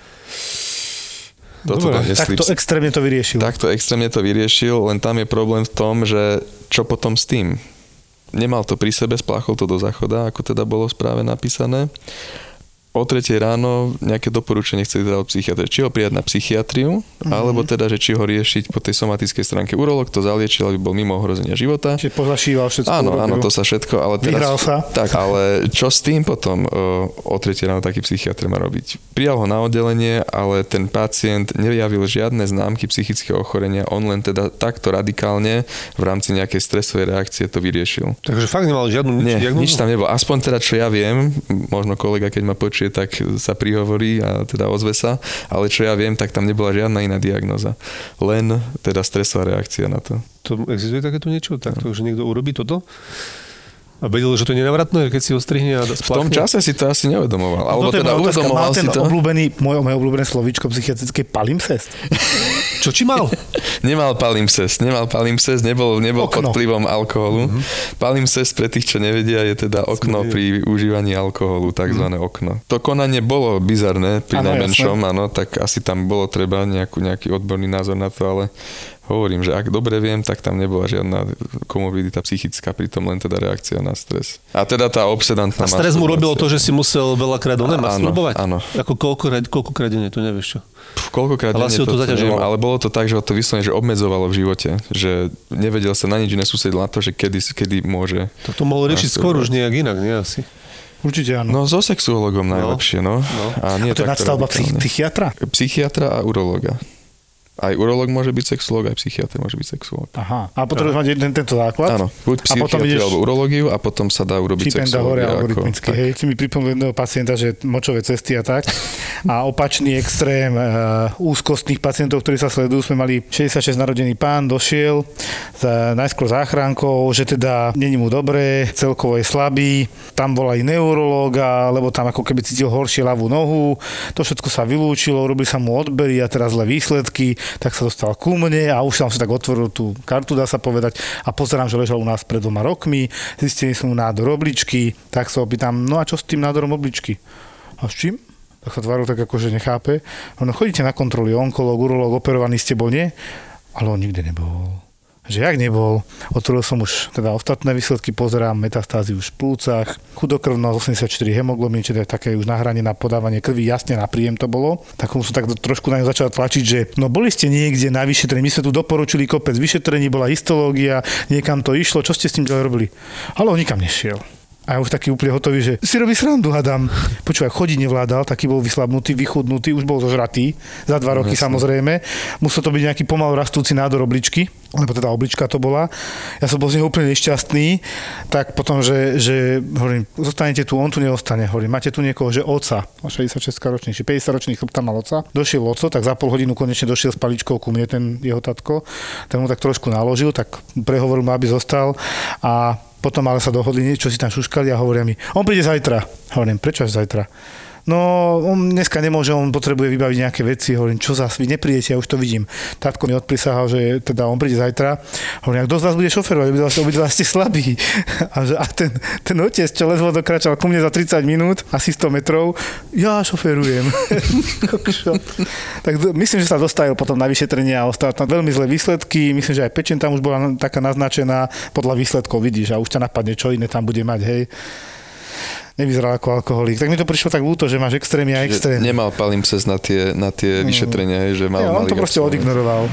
Toto Dobre, takto extrémne to vyriešil. Takto extrémne to vyriešil, len tam je problém v tom, že čo potom s tým? Nemal to pri sebe, spláchol to do záchoda, ako teda bolo v správe napísané. O tretej ráno nejaké doporučenie chceli teda od psychiatra. Či ho prijať na psychiatriu, mm-hmm. alebo teda, že či ho riešiť po tej somatickej stránke. Urológ to zaliečil, aby bol mimo ohrozenia života. Čiže pozašíval všetko. Áno, urobil. áno, to sa všetko, ale teraz... Vyhral sa. Tak, ale čo s tým potom o tretej ráno taký psychiatr má robiť? Prijal ho na oddelenie, ale ten pacient nejavil žiadne známky psychického ochorenia, on len teda takto radikálne v rámci nejakej stresovej reakcie to vyriešil. Takže fakt nemal žiadnu Nie, diagnózu? nič tam nebolo. Aspoň teda, čo ja viem, možno kolega, keď ma počuje, tak sa prihovorí a teda ozve sa, ale čo ja viem, tak tam nebola žiadna iná diagnóza. Len teda stresová reakcia na to. To existuje takéto niečo? Takto, že niekto urobí toto? A vedel, že to je nenavratné, keď si ho strihne a spláchne? V tom čase si to asi neuvedomoval. Alebo no, teda uvedomoval má ten si to. obľúbený, moje, moje obľúbené slovíčko psychiatrické palimpsest. Čo Čo či mal? Nemal palimpsest, nemal palimpsest, nebol, nebol pod vplyvom alkoholu. Mm-hmm. Palimpsest pre tých, čo nevedia, je teda okno pri užívaní alkoholu, takzvané mm. okno. To konanie bolo bizarné pri ano, najmenšom, áno, tak asi tam bolo treba nejakú, nejaký odborný názor na to, ale hovorím, že ak dobre viem, tak tam nebola žiadna komorbidita psychická, pritom len teda reakcia na stres. A teda tá obsedantná A stres mu robilo to, že si musel veľakrát oné masturbovať? Áno. Ako koľkokrát, koľkokrát denne, to nevieš čo? Pff, koľkokrát ale denne, to, to neviem, ale bolo to tak, že to vyslovene, že obmedzovalo v živote, že nevedel sa na nič iné sústrediť na to, že kedy, kedy môže. Tak to mohol riešiť skôr už nejak inak, nie asi? Určite áno. No so sexuologom najlepšie, no. no. A, nie a to je nadstavba psychiatra? Psychiatra a urológa. Aj urológ môže byť sexuológ, aj psychiatr môže byť sexuológ. Aha. A potom mať ten, tento základ? Áno. Buď psychiatru ideš... alebo urológiu a potom sa dá urobiť sexuológia. Algoritmicky, hej. Si mi pripomínal jedného pacienta, že močové cesty a tak. A opačný extrém uh, úzkostných pacientov, ktorí sa sledujú, sme mali šesťdesiatšesť narodený pán, došiel za, najskôr záchrankou, že teda není mu dobré, celkovo je slabý. Tam bol aj neurológa, lebo tam ako keby cítil horšie ľavú nohu. To všetko sa vylúčilo, robili sa mu odbery a teraz zlé výsledky. Tak sa dostal ku mne a už som si tak otvoril tú kartu, dá sa povedať, a pozerám, že ležal u nás pred dvoma rokmi, zistili som mu nádor obličky, tak sa opýtam, no a čo s tým nádorom obličky? A s čím? Tak sa tváril tak ako, že nechápe. No chodíte na kontroly, onkológ, urológ, operovaný ste bol, nie? Ale on nikde nebol. Že jak nebol, otvoril som už teda ostatné výsledky, pozerám metastázy už v plúcach, chudokrvnosť osemdesiatštyri hemoglobín, čiže také už nahranie na podávanie krvi, jasne na príjem to bolo. Tak som tak trošku na ňu začal tlačiť, že no boli ste niekde na vyšetrení, my sme tu doporučili kopec vyšetrení, bola histológia, niekam to išlo, čo ste s tým ďalej robili? Ale on nikam nešiel. A ja už taký úplne hotový, že si robí srandu, hadám. Počúvaj, chodiť nevládal, taký bol vyslabnutý, vychudnutý, už bol zožratý. Za dva roky Jasne. Samozrejme. Musel to byť nejaký pomalu rastúci nádor obličky, lebo teda oblička to bola. Ja som bol z neho úplne nešťastný, tak potom, že, že hovorím, zostanete tu, on tu neostane. Hovorím, máte tu niekoho, že oca, šesťdesiatšesť ročný, či päťdesiat ročný chlap tam mal oca. Došiel oco, tak za pol hodinu konečne došiel s paličkou ku mne ten jeho tatko. Ten mu tak trošku naložil, tak prehovoril mu, aby zostal a potom ale sa dohodli, čo si tam šuškali a hovoria mi, on príde zajtra. Hovorím, prečo až zajtra? No, on dneska nemôže, on potrebuje vybaviť nejaké veci. Hovorím, čo zás, vy neprídete, ja už to vidím. Tatko mi odprisahal, že teda on príde zajtra. Hovorím, kto z vás bude šoferovať? Obidva ste slabí. A, že, a ten, ten otec, čo lezvo dokračal ku mne za tridsať minút, asi sto metrov, ja šoferujem. Tak myslím, že sa dostavil potom na vyšetrenie a ostal tam veľmi zlé výsledky. Myslím, že aj pečen tam už bola taká naznačená podľa výsledkov, vidíš, a už ťa napadne, čo iné tam bude mať, hej. Nevyzeral ako alkoholík. Tak mi to prišlo tak ľúto, že máš extrémy a extrém. Nemal palimpsest na tie, na tie mm. vyšetrenia, že mal ja, on to proste odignoroval.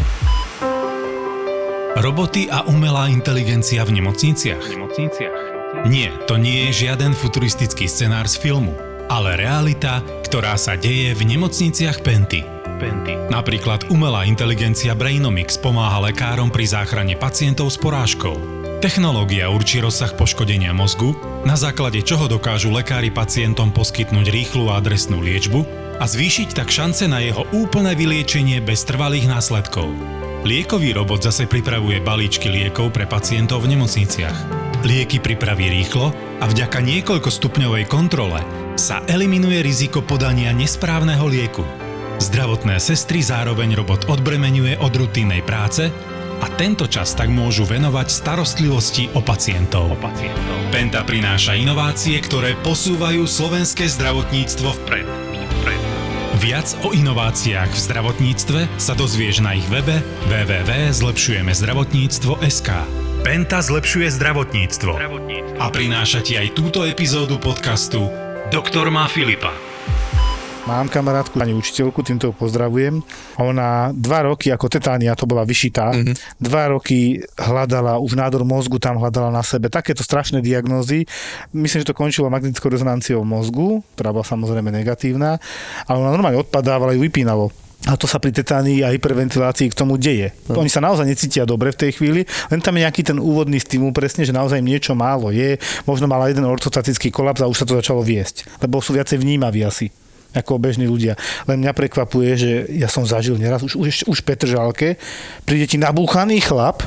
Roboty a umelá inteligencia v nemocniciach? v nemocniciach. Nie, to nie je žiaden futuristický scenár z filmu, ale realita, ktorá sa deje v nemocniciach Penty. Penty. Napríklad umelá inteligencia Brainomix pomáha lekárom pri záchrane pacientov s porážkou. Technológia určí rozsah poškodenia mozgu, na základe čoho dokážu lekári pacientom poskytnúť rýchlu a adresnú liečbu a zvýšiť tak šance na jeho úplné vyliečenie bez trvalých následkov. Liekový robot zase pripravuje balíčky liekov pre pacientov v nemocniciach. Lieky pripraví rýchlo a vďaka niekoľkostupňovej kontrole sa eliminuje riziko podania nesprávneho lieku. Zdravotné sestry zároveň robot odbremeňuje od rutinnej práce a tento čas tak môžu venovať starostlivosti o pacientov. O pacientov. Penta prináša inovácie, ktoré posúvajú slovenské zdravotníctvo vpred. vpred. Viac o inováciách v zdravotníctve sa dozvieš na ich webe w w w bodka zlepšujeme zdravotníctvo bodka es ká. Penta zlepšuje zdravotníctvo. zdravotníctvo a prináša ti aj túto epizódu podcastu Doktor má Filipa. Mám kamarátku, pani učiteľku, týmto pozdravujem. Ona dva roky, ako tetánia, to bola vyšitá, mm-hmm. dva roky hľadala, už nádor mozgu tam hľadala na sebe, takéto strašné diagnózy. Myslím, že to končilo magnetickou rezonanciou mozgu, ktorá bola samozrejme negatívna, ale ona normálne odpadávala, ju vypínalo. A to sa pri tetánii a hyperventilácii k tomu deje. Oni sa naozaj necítia dobre v tej chvíli, len tam je nejaký ten úvodný stimul presne, že naozaj im niečo málo je. Možno mala jeden ortostatický kolaps a už sa to začalo viesť, lebo sú viacej vnímaví asi ako bežní ľudia. Len mňa prekvapuje, že ja som zažil neraz, už, už, už v Petržalke, príde ti nabúchaný chlap,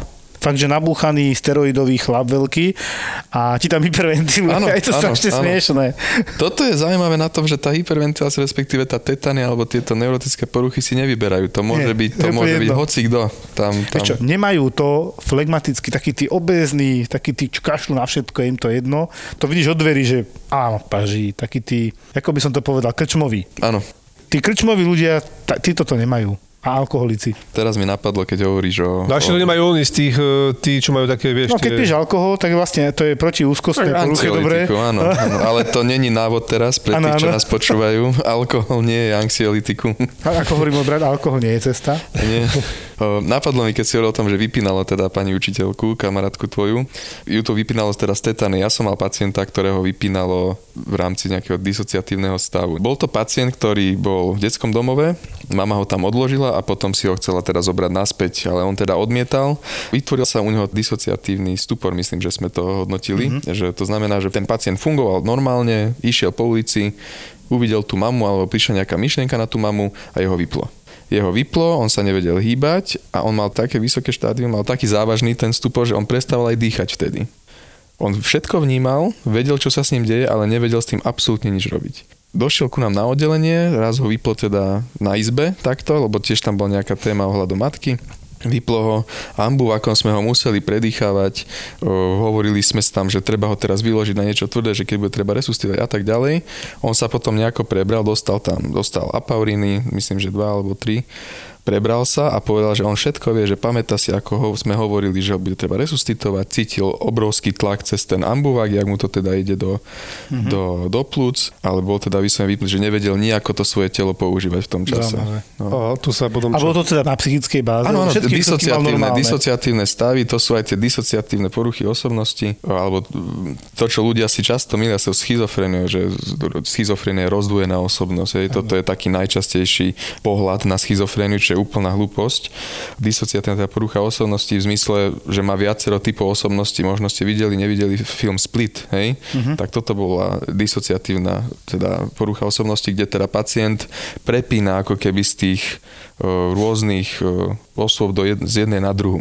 fakt, že nabúchaný steroidový chlap veľký a ti tam hyperventiluje. Áno, je to áno, strašne áno. smiešné. Toto je zaujímavé na tom, že tá hyperventilácia, respektíve tá tetania alebo tieto neurotické poruchy si nevyberajú. To môže Nie, byť, to je môže jedno. byť hocikdo. Tam, tam. Čo, nemajú to flegmaticky, takí tí obézní, takí tí čo kašľú na všetko, je im to jedno. To vidíš od dverí, že áno, paží, takí tí, ako by som to povedal, krčmoví. Áno. Tí krčmoví ľudia, ta, tí toto nemajú. A alkoholici. Teraz mi napadlo, keď hovoríš o... No a ešte to nemajú oni z tých, e, tí, čo majú také, vieš... No keď tie... piješ alkohol, tak vlastne to je proti úzkostnej poruche, dobre? Áno, áno, ale to není návod teraz pre Áno, tých, čo áno. nás počúvajú. Alkohol nie je anxiolitikum. A ako hovorím, môj brat, alkohol nie je cesta. Nie. O, napadlo mi, keď si hovoril o tom, že vypínalo teda pani učiteľku, kamarátku tvoju. Ju to vypínalo teda z tetany. Ja som mal pacienta, ktorého vypínalo v rámci nejakého disociatívneho stavu. Bol to pacient, ktorý bol v detskom domove, mama ho tam odložila a potom si ho chcela teda zobrať naspäť, ale on teda odmietal. Vytvoril sa u neho disociatívny stupor, myslím, že sme to hodnotili. Mm-hmm. Že to znamená, že ten pacient fungoval normálne, išiel po ulici, uvidel tú mamu alebo prišla nejaká myšlienka na tú mamu a jeho vyplo. Jeho vyplo, on sa nevedel hýbať a on mal také vysoké štádium, mal taký závažný ten stupor, že on prestával aj dýchať vtedy. On všetko vnímal, vedel, čo sa s ním deje, ale nevedel s tým absolútne nič robiť. Došiel ku nám na oddelenie, raz ho vyplo teda na izbe takto, lebo tiež tam bola nejaká téma ohľadom matky. Vyplo ho ambuvakom, sme ho museli predýchávať, o, hovorili sme tam, že treba ho teraz vyložiť na niečo tvrdé, že keď bude treba resuscitovať a tak ďalej. On sa potom nejako prebral, dostal tam, dostal apauriny, myslím, že dva alebo tri. Prebral sa a povedal, že on všetko vie, že pamätá si, ako ho, sme hovorili, že ho bude treba resuscitovať, cítil obrovský tlak cez ten ambuvák, jak mu to teda ide do, mm-hmm. do, do plúc, ale bol teda vyslovene vypnutý, že nevedel nejako to svoje telo používať v tom čase. No. Aha, tu sa potom... A bolo to teda na psychickej báze? Áno, áno, Všetky výsledky mal disociatívne, normálne. disociatívne stavy, to sú aj tie disociatívne poruchy osobnosti, alebo to, čo ľudia si často milia sa schizofréniou, že schizofrénia je rozdvojená osobnosť. Hej. Toto je taký najčastejší pohľad na schizofréniu, čo je úplná hlúposť. Disociatívna porucha osobnosti v zmysle, že má viacero typov osobnosti, možno ste videli, nevideli film Split, hej? Uh-huh. Tak toto bola disociatívna teda porucha osobnosti, kde teda pacient prepína ako keby z tých uh, rôznych uh, osôb do jed- z jednej na druhú.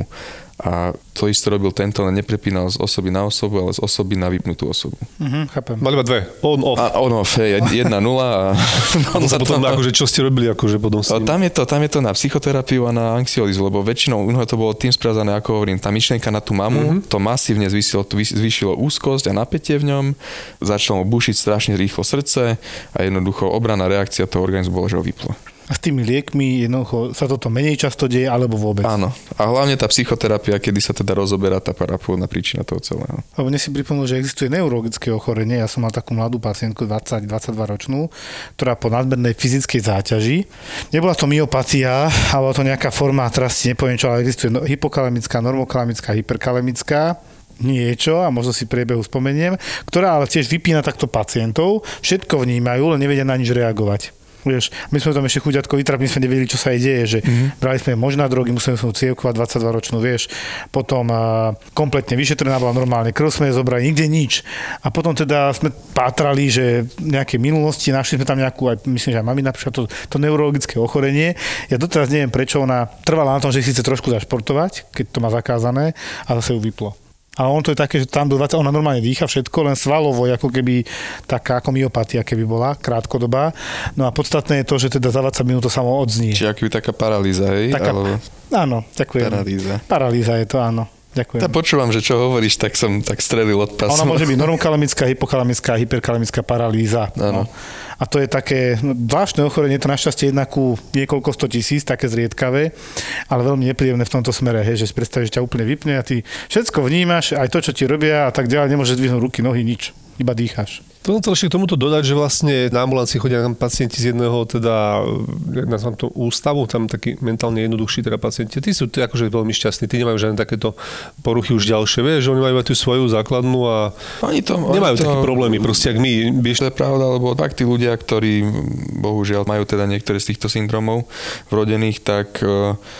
A to isté robil tento, len neprepínal z osoby na osobu, ale z osoby na vypnutú osobu. Mhm, chápem. Mali iba dve. On, off. A on off, hej, jedna nula a... On sa potom, akože, čo ste robili, akože potom s tým? Tam je, to, tam je to na psychoterapiu a na anxiolízu, lebo väčšinou u neho to bolo tým sprevázané, ako hovorím, tá myšlienka na tú mamu, mm-hmm. to masívne zvýšilo, zvýšilo úzkosť a napätie v ňom, začalo mu bušiť strašne rýchlo srdce a jednoducho obranná reakcia toho organizmu bola, že ho vyplo. A s tými liekmi jednoducho sa toto menej často deje, alebo vôbec? Áno. A hlavne tá psychoterapia, kedy sa teda rozoberá tá parapôvodná príčina toho celého. Lebo mne si pripomenul, že existuje neurologické ochorenie. Ja som mal takú mladú pacientku, dvadsať dvadsaťdva ročnú, ktorá po nadmernej fyzickej záťaži, nebola to myopatia, ale bola to nejaká forma, teraz si nepoviem čo, ale existuje hypokalemická, normokalemická, hyperkalemická, niečo, a možno si priebehu spomeniem, ktorá ale tiež vypína takto pacientov, všetko vnímajú, len nevedia na nič reagovať. Vieš, my sme tam ešte chuďatko vytrapní, sme nevedeli, čo sa jej deje, že mm-hmm. brali sme možná drogy, museli sme cievkovať dvadsaťdva ročnú, vieš, potom uh, kompletne vyšetrená bola normálne, krv sme jej zobrali, nikde nič. A potom teda sme pátrali, že nejaké minulosti, našli sme tam nejakú, aj, myslím, že aj mami napríklad to, to neurologické ochorenie. Ja doteraz neviem, prečo ona trvala na tom, že si chce trošku zašportovať, keď to má zakázané, a zase ju vyplo. Ale on to je také, že tam do dvadsať, ona normálne dýcha všetko, len svalovo, ako keby taká ako myopatia, keby bola, krátkodobá. No a podstatné je to, že teda za dvadsať minút to samo odznie. Čiže akoby taká paralýza, hej? Taká, Alebo... Áno, ďakujem. Paralýza. Paralýza je to, áno. Ďakujem. Ja počúvam, že čo hovoríš, tak som tak strelil od pasu. Ona môže byť normokalemická, hypokalemická, hyperkalemická paralýza. Áno. No. A to je také no, zvláštne ochorenie, to našťastie jednak ku niekoľko sto tisíc, také zriedkavé, ale veľmi nepríjemné v tomto smere, hej, že si predstavíš, že ťa úplne vypne a ty všetko vnímaš, aj to, čo ti robia a tak ďalej, nemôžeš zdvihnúť ruky, nohy, nič, iba dýcháš. To chcel ešte k tomuto dodať, že vlastne na ambulancii chodia tam pacienti z jedného teda, jak nazvám to, ústavu, tam takí mentálne jednoduchší teda pacienti. Tí sú tí akože veľmi šťastní, tí nemajú žiadne takéto poruchy už ďalšie, vieš, že oni majú aj tú svoju základnú a oni to, nemajú oni to, také problémy, proste jak my. Vieš, to je pravda, lebo tak tí ľudia, ktorí bohužiaľ majú teda niektoré z týchto syndromov vrodených, tak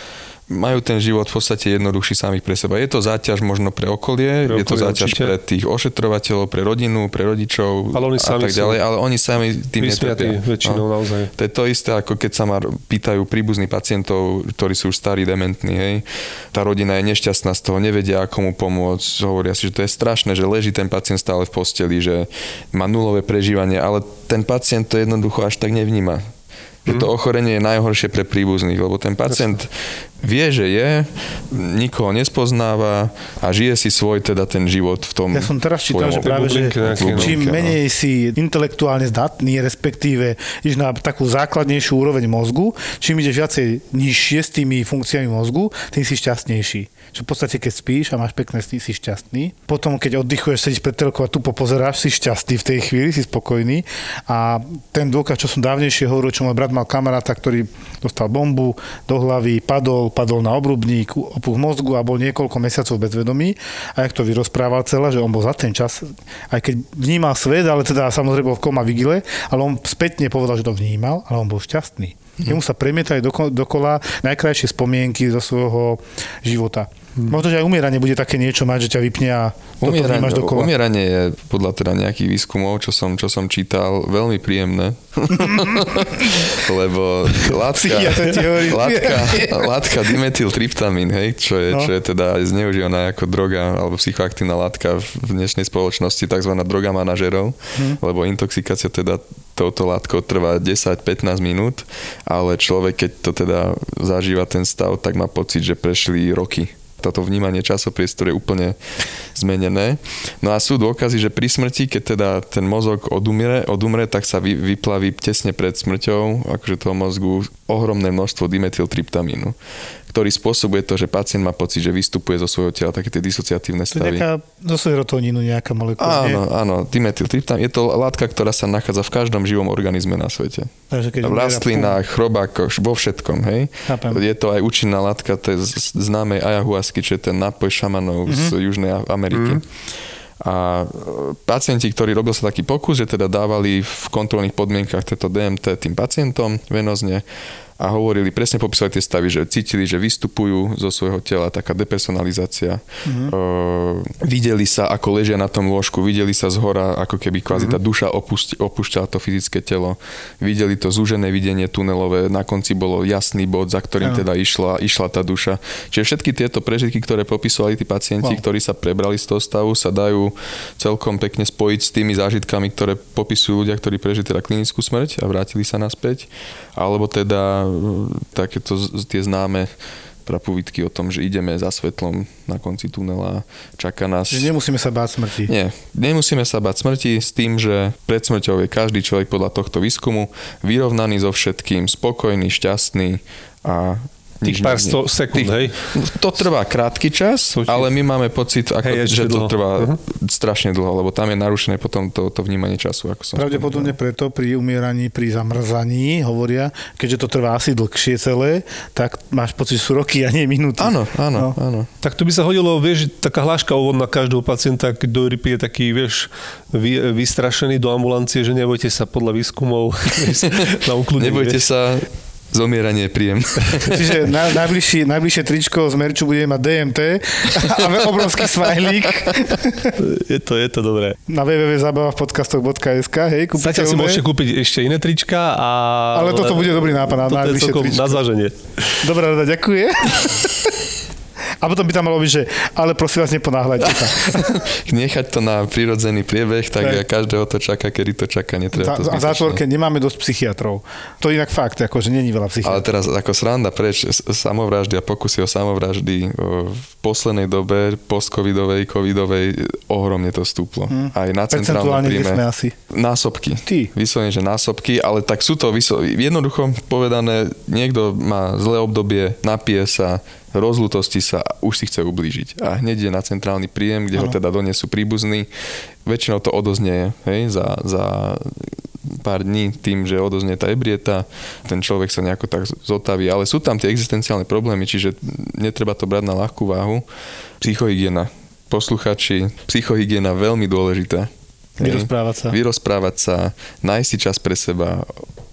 majú ten život v podstate jednoduchší samých pre seba. Je to záťaž možno pre okolie, pre je to okolie záťaž určite. pre tých ošetrovateľov, pre rodinu, pre rodičov ale oni a sami tak ďalej, ale oni sami tým netrpia. väčšinou no. naozaj. To je to isté, ako keď sa ma pýtajú príbuzní pacientov, ktorí sú už starí, dementní, hej. Tá rodina je nešťastná z toho, nevedia, ako mu pomôcť, hovoria si, že to je strašné, že leží ten pacient stále v posteli, že má nulové prežívanie, ale ten pacient to jednoducho až tak nevníma. Že to ochorenie je najhoršie pre príbuzných, lebo ten pacient vie, že je, nikoho nespoznáva a žije si svoj teda ten život v tom. Ja som teraz čítal, že práve, že čím menej si intelektuálne zdatný, respektíve ideš na takú základnejšiu úroveň mozgu, čím ideš viacej nižšie s tými funkciami mozgu, tým si šťastnejší. Že v podstate, keď spíš a máš pekné sny, si šťastný. Potom, keď oddychuješ, sedíš pred telkou a tu popozeráš, si šťastný v tej chvíli, si spokojný. A ten dôkaz, čo som dávnejšie hovoril, čo môj brat mal kamaráta, ktorý dostal bombu do hlavy, padol, padol na obrubník, opuch mozgu a bol niekoľko mesiacov bezvedomý. A jak to vyrozprával celé, že on bol za ten čas, aj keď vnímal svet, ale teda samozrejme bol v koma vigile, ale on spätne povedal, že to vnímal, ale on bol šťastný. Jemu sa premietali doko, dokola najkrajšie spomienky zo svojho života. Hmm. Možno, že aj umieranie bude také niečo mať, že ťa vypne a toto umieranie, vnímaš dokola. Umieranie je podľa teda nejakých výskumov, čo som, čo som čítal, veľmi príjemné. Lebo látka, látka, látka dimethyltryptamín, hej, čo je, no. čo je teda zneužívaná ako droga alebo psychoaktívna látka v dnešnej spoločnosti, takzvaná droga manažerov, hmm. lebo intoxikácia teda touto látkou trvá desať až pätnásť minút, ale človek, keď to teda zažíva ten stav, tak má pocit, že prešli roky. Toto vnímanie časopriestoru je úplne zmenené. No a sú dôkazy, že pri smrti, keď teda ten mozog odumre, odumre tak sa vy, vyplaví tesne pred smrťou, akože toho mozgu, ohromné množstvo dimethyltryptamínu, ktorý spôsobuje to, že pacient má pocit, že vystupuje zo svojho tela také tie disociatívne stavy. To je nejaká, zo serotonínu nejaká molekula. Áno, áno, dimethyltryptamín. Je to látka, ktorá sa nachádza v každom živom organizme na svete. Takže keď v rastlinách, chrobákoch, vo všetkom, hej. Chápem. Je to aj účinná látka tej známej ayahuasky, čo je ten nápoj šamanov mm-hmm. z Južnej Ameriky. Mm-hmm. A pacienti, ktorí robil sa taký pokus, že teda dávali v kontrolných podmienkach tieto dé em té tým pacientom venozne a hovorili, presne popisovali tie stavy, že cítili, že vystupujú zo svojho tela, taká depersonalizácia. Mm-hmm. E, videli sa, ako ležia na tom lôžku, videli sa zhora, ako keby kvázi tá duša opúšť, opúšťala to fyzické telo. Videli to zúžené videnie tunelové, na konci bolo jasný bod, za ktorým teda išla, išla tá duša. Čiže všetky tieto prežitky, ktoré popisovali tí pacienti, wow. ktorí sa prebrali z toho stavu, sa dajú celkom pekne spojiť s tými zážitkami, ktoré popisujú ľudia, ktorí prežili teda klinickú smrť a vrátili sa naspäť. Alebo teda takéto tie známe prapovídky o tom, že ideme za svetlom na konci tunela, čaká nás... Že nemusíme sa báť smrti. Nie, nemusíme sa báť smrti s tým, že pred smrťou je každý človek podľa tohto výskumu vyrovnaný so všetkým, spokojný, šťastný a tých pár sto sekúnd, hej? To trvá krátky čas, Počuť. ale my máme pocit, ako, hej, že to dlho. trvá uh-huh. strašne dlho, lebo tam je narušené potom to, to vnímanie času. Ako som Pravdepodobne preto pri umieraní, pri zamrzaní hovoria, keďže to trvá asi dlhšie celé, tak máš pocit, že sú roky a nie minúty. Áno, áno, no. áno. Tak to by sa hodilo, vieš, taká hláška úvod na každého pacienta, keď do rypy je taký, vieš, vy, vystrašený do ambulancie, že nebojte sa podľa výskumov na ukludnenie. Nebojte sa, zomieranie je príjem. Čiže na, najbližšie, najbližšie tričko z merču bude mať dé em té a obrovský smajlík. Je to, je to dobré. Na w w w bodka zabava v podcastoch bodka es ká, hej, kúpite. Zatiaľ si môžete kúpiť ešte iné trička. A... Ale toto bude dobrý nápad na najbližšie tričko. Na zváženie. Dobrá rada, ďakujem. A potom by tam malo byť, že ale prosím vás, neponáhľajte sa. Nechať to na prirodzený priebeh, tak, tak. každého to čaká, kedy to čaká, netreba to zbytočne. A zátvorke nemáme dosť psychiatrov. To inak fakt, akože není veľa psychiatrov. Ale teraz ako sranda preč, samovraždy a pokusy o samovraždy v poslednej dobe, post-covidovej, covidovej, ohromne to stúplo. Hmm. Aj na centrálnom príjme. Asi? Násobky. Ty. Vyslovene, že násobky, ale tak sú to vyslo... jednoducho povedané, niekto má zlé obdobie, napije sa, rozľutosti sa, už si chce ublížiť. A hneď je na centrálny príjem, kde ano. ho teda donesú príbuzní. Väčšinou to odoznie, hej, za, za pár dní tým, že odoznie tá ebrieta, ten človek sa nejako tak zotaví, ale sú tam tie existenciálne problémy, čiže netreba to brať na ľahkú váhu. Psychohygiena. Posluchači, psychohygiena veľmi dôležitá. Vyrozprávať sa. Vyrozprávať sa, nájsť si čas pre seba,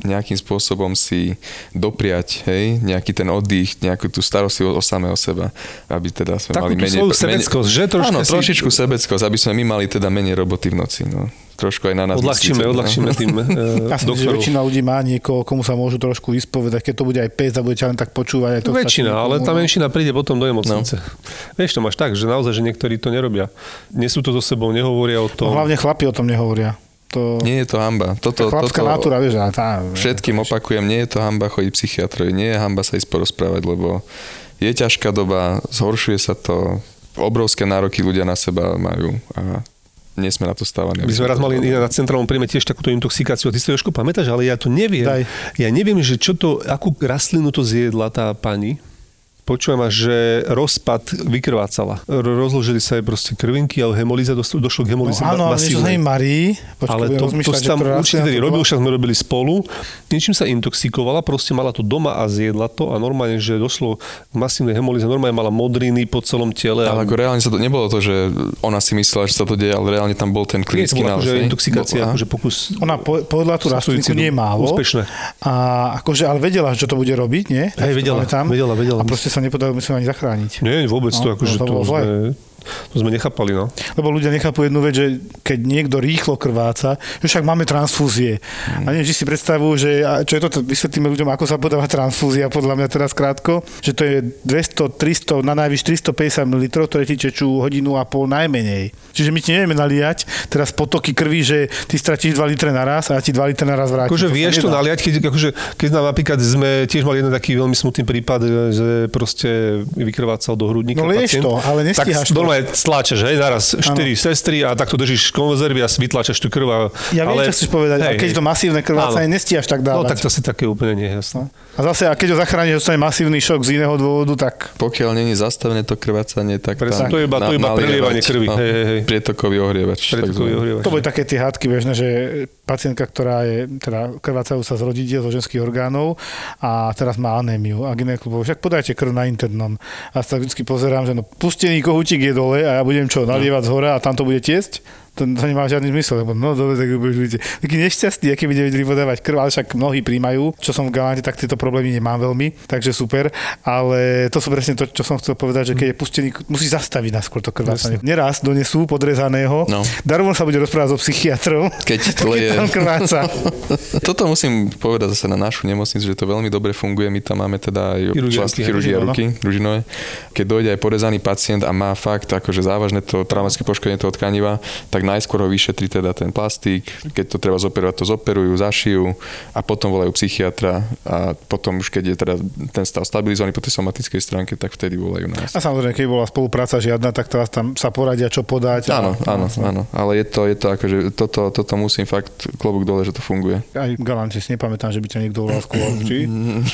nejakým spôsobom si dopriať, hej, nejaký ten oddych, nejakú tú starostlivosť o samého seba, aby teda sme takú mali menej... Takú tú svoju sebeckosť, že? Trošku áno, si... trošičku sebeckosť, aby sme my mali teda menej roboty v noci, no. Trošku aj na nás odľahčíme, myslíte, odľahčíme no. tým uh, Ja si myslím, že doktorov. väčšina ľudí má niekoho, komu sa môžu trošku vyspovedať, keď to bude aj pes a bude ťa len tak počúvať. Aj to Väčšina, ale tá menšina príde potom do nemocnice. No. Vieš, to máš tak, že naozaj, že niektorí to nerobia. Nesú to so sebou, nehovoria o tom. No, hlavne chlapi o tom nehovoria. To... Nie je to hanba. Toto, Chlapská toto natúra, vieš, ale tá... všetkým opakujem, nie je to hanba chodiť psychiatrovi, nie je hanba sa ísť porozprávať, lebo je ťažká doba, zhoršuje sa to, obrovské nároky ľudia na seba majú a nie sme na to stávaní. My sme raz mali na centrálnom príjme tiež takúto intoxikáciu. Ty si to, Jožko, pamätáš, ale ja to neviem. Daj. Ja neviem, že čo to, akú rastlinu to zjedla tá pani. Počujem až, že rozpad vykrvácala. Rozložili sa jej proste krvinky, ale hemolíza, došlo, došlo k hemolíze No áno, ale niečo z nej Marí. Ale to, to sa tam určite tedy robil, však sme robili spolu. Niečím sa intoxikovala, proste mala to doma a zjedla to a normálne, že došlo k masívnej hemolíze, normálne mala modriny po celom tele. Ale a... ako reálne sa to, nebolo to, že ona si myslela, že sa to deje, ale reálne tam bol ten klinický nález. Nie, to bola akože intoxikácia, akože pokus... Ona po, povedala tú rastlinku nie málo. Úspešné. A akože, ale vedela, čo to bude robiť, nie? Hej, vedela, vedela, vedela. A proste sa nepodarilo myslím ani zachrániť. Nie, vôbec no, to akože no, to, to, to sme... To sme nechápali, no. Lebo ľudia nechápu jednu vec, že keď niekto rýchlo krváca, že však máme transfúzie. Mm. A neviem, či si predstavujú, že čo je to, vysvetlíme ľuďom, ako sa podáva transfúzia, podľa mňa teraz krátko, že to je dvesto, tristo, na najvyš tristopäťdesiat mililitrov, ktoré ti tečú hodinu a pol najmenej. Čiže my ti nevieme naliať teraz potoky krvi, že ty stratíš dva litre naraz a ja ti dva litre naraz vrátim. Akože to vieš to naliať, keď, akože, keď nám napríklad sme tiež mali jeden taký veľmi smutný prípad, že proste vykrvácal do hrudníka no, pacient. To, ale nestíhaš to. Stláčaš, hej, naraz štyri sestry a takto držíš konzervy a vytláčaš tú krv. A, ja viem, ale, čo chceš povedať, hej, ale keď to masívne krvácanie nestíhaš tak dávať. No tak to si také úplne nie, jasné. No. A zase, a keď ho zachrániš, dostane masívny šok z iného dôvodu, tak... Pokiaľ není zastavené to krvácanie, tak Presne, tam... To je iba, to iba prelievanie krvi. No, hej, hej, hej. Prietokový ohrievač. Prietokový ohrievač. To boli také tie hádky bežné, že pacientka, ktorá je, teda krvácajú sa z rodidiel, zo ženských orgánov a teraz má anémiu a gynekolog, však podajte krv na internom. A sa vždycky pozerám, že no pustený kohútik je dole a ja budem čo, nalievať z hora a tam to bude tiesť? To, to nemá žiadny zmysel, lebo no dobre, tak budete taký nešťastný, aký by nevedeli podávať krv, ale však mnohí príjmajú. Čo som v Galante, tak tieto problémy nemám veľmi, takže super. Ale to sú presne to, čo som chcel povedať, že keď je pustený, musí zastaviť naskôr to krvácanie. Neraz donesú podrezaného. No. Darmo sa bude rozprávať so psychiatrom, keď to je... tam krváca. Toto musím povedať zase na našu nemocnicu, že to veľmi dobre funguje. My tam máme teda aj chirurgia ruky, ružinové. Keď dojde aj porezaný pacient a má fakt akože závažné to traumatické poškodenie toho tkaniva, tak najskôr ho vyšetrí teda ten plastík, keď to treba zoperovať, to zoperujú, zašijú a potom volajú psychiatra a potom už keď je teda ten stav stabilizovaný po tej somatickej stránke, tak vtedy volajú nás. A samozrejme, keď bola spolupráca žiadna, tak teraz tam sa poradia, čo podať. Áno, a... áno, áno, ale je to, je to akože, toto, toto musím fakt klobúk dole, že to funguje. Aj v Galante si nepamätám, že by ťa niekto volal skôr, či?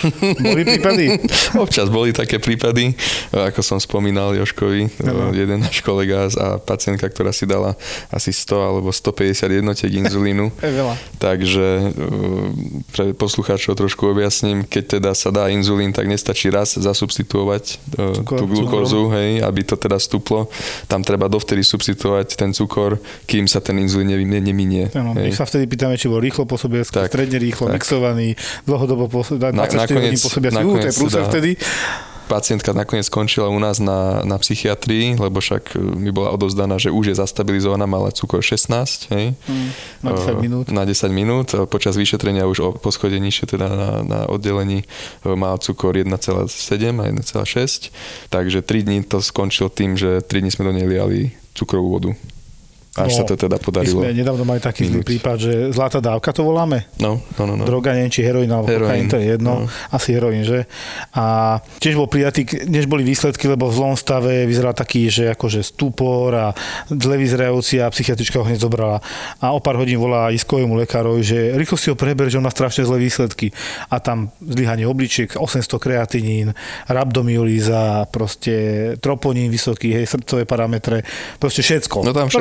Boli prípady? Občas boli také prípady, ako som spomínal Jožkovi, no. jeden náš kolega a pacientka, ktorá si dala asi sto alebo stopäťdesiat jednotiek inzulínu. Takže pre poslucháčov trošku objasním, keď teda sa dá inzulín, tak nestačí raz zasubstituovať cukor, tú glukózu, hej, aby to teda stúplo. Tam treba dovtedy substituovať ten cukor, kým sa ten inzulín neminie. Ano, my sa vtedy pýtame, či bol rýchlo pôsobiaci, stredne rýchlo, tak. mixovaný, dlhodobo pôsobiaci, dvadsaťštyri hodín pôsobiaci. Ú, to je prúser vtedy. Pacientka nakoniec skončila u nás na, na psychiatrii, lebo však mi bola odovzdaná, že už je zastabilizovaná, mala cukor šestnásť, hej? Mm, na desať minút. Na desať minút. Počas vyšetrenia už o poschodie nižšie, teda na, na oddelení, mal cukor jeden celá sedem a jeden celá šesť. Takže tri dní to skončilo tým, že tri dní sme do nej liali cukrovú vodu. Až no, sa to teda podarilo. My sme nedávno mali taký zlý prípad, že zlatá dávka to voláme. No, no, no. no. Droga, neviem, či heroín alebo kokain, to je jedno. No. Asi heroín, že? A tiež bol prijatý, než boli výsledky, lebo v zlom stave vyzeral taký, že akože stupor a zle vyzerajúci a psychiatrička ho hneď zobrala. A o pár hodín volá iskovému lekárovi, že rýchlo si ho preber, že on má strašne zlé výsledky. A tam zlyhanie obličiek, osemsto kreatinín, rabdomyolíza, proste troponín vysoký, hej, srdcové parametre, proste všetko. No tam všetko.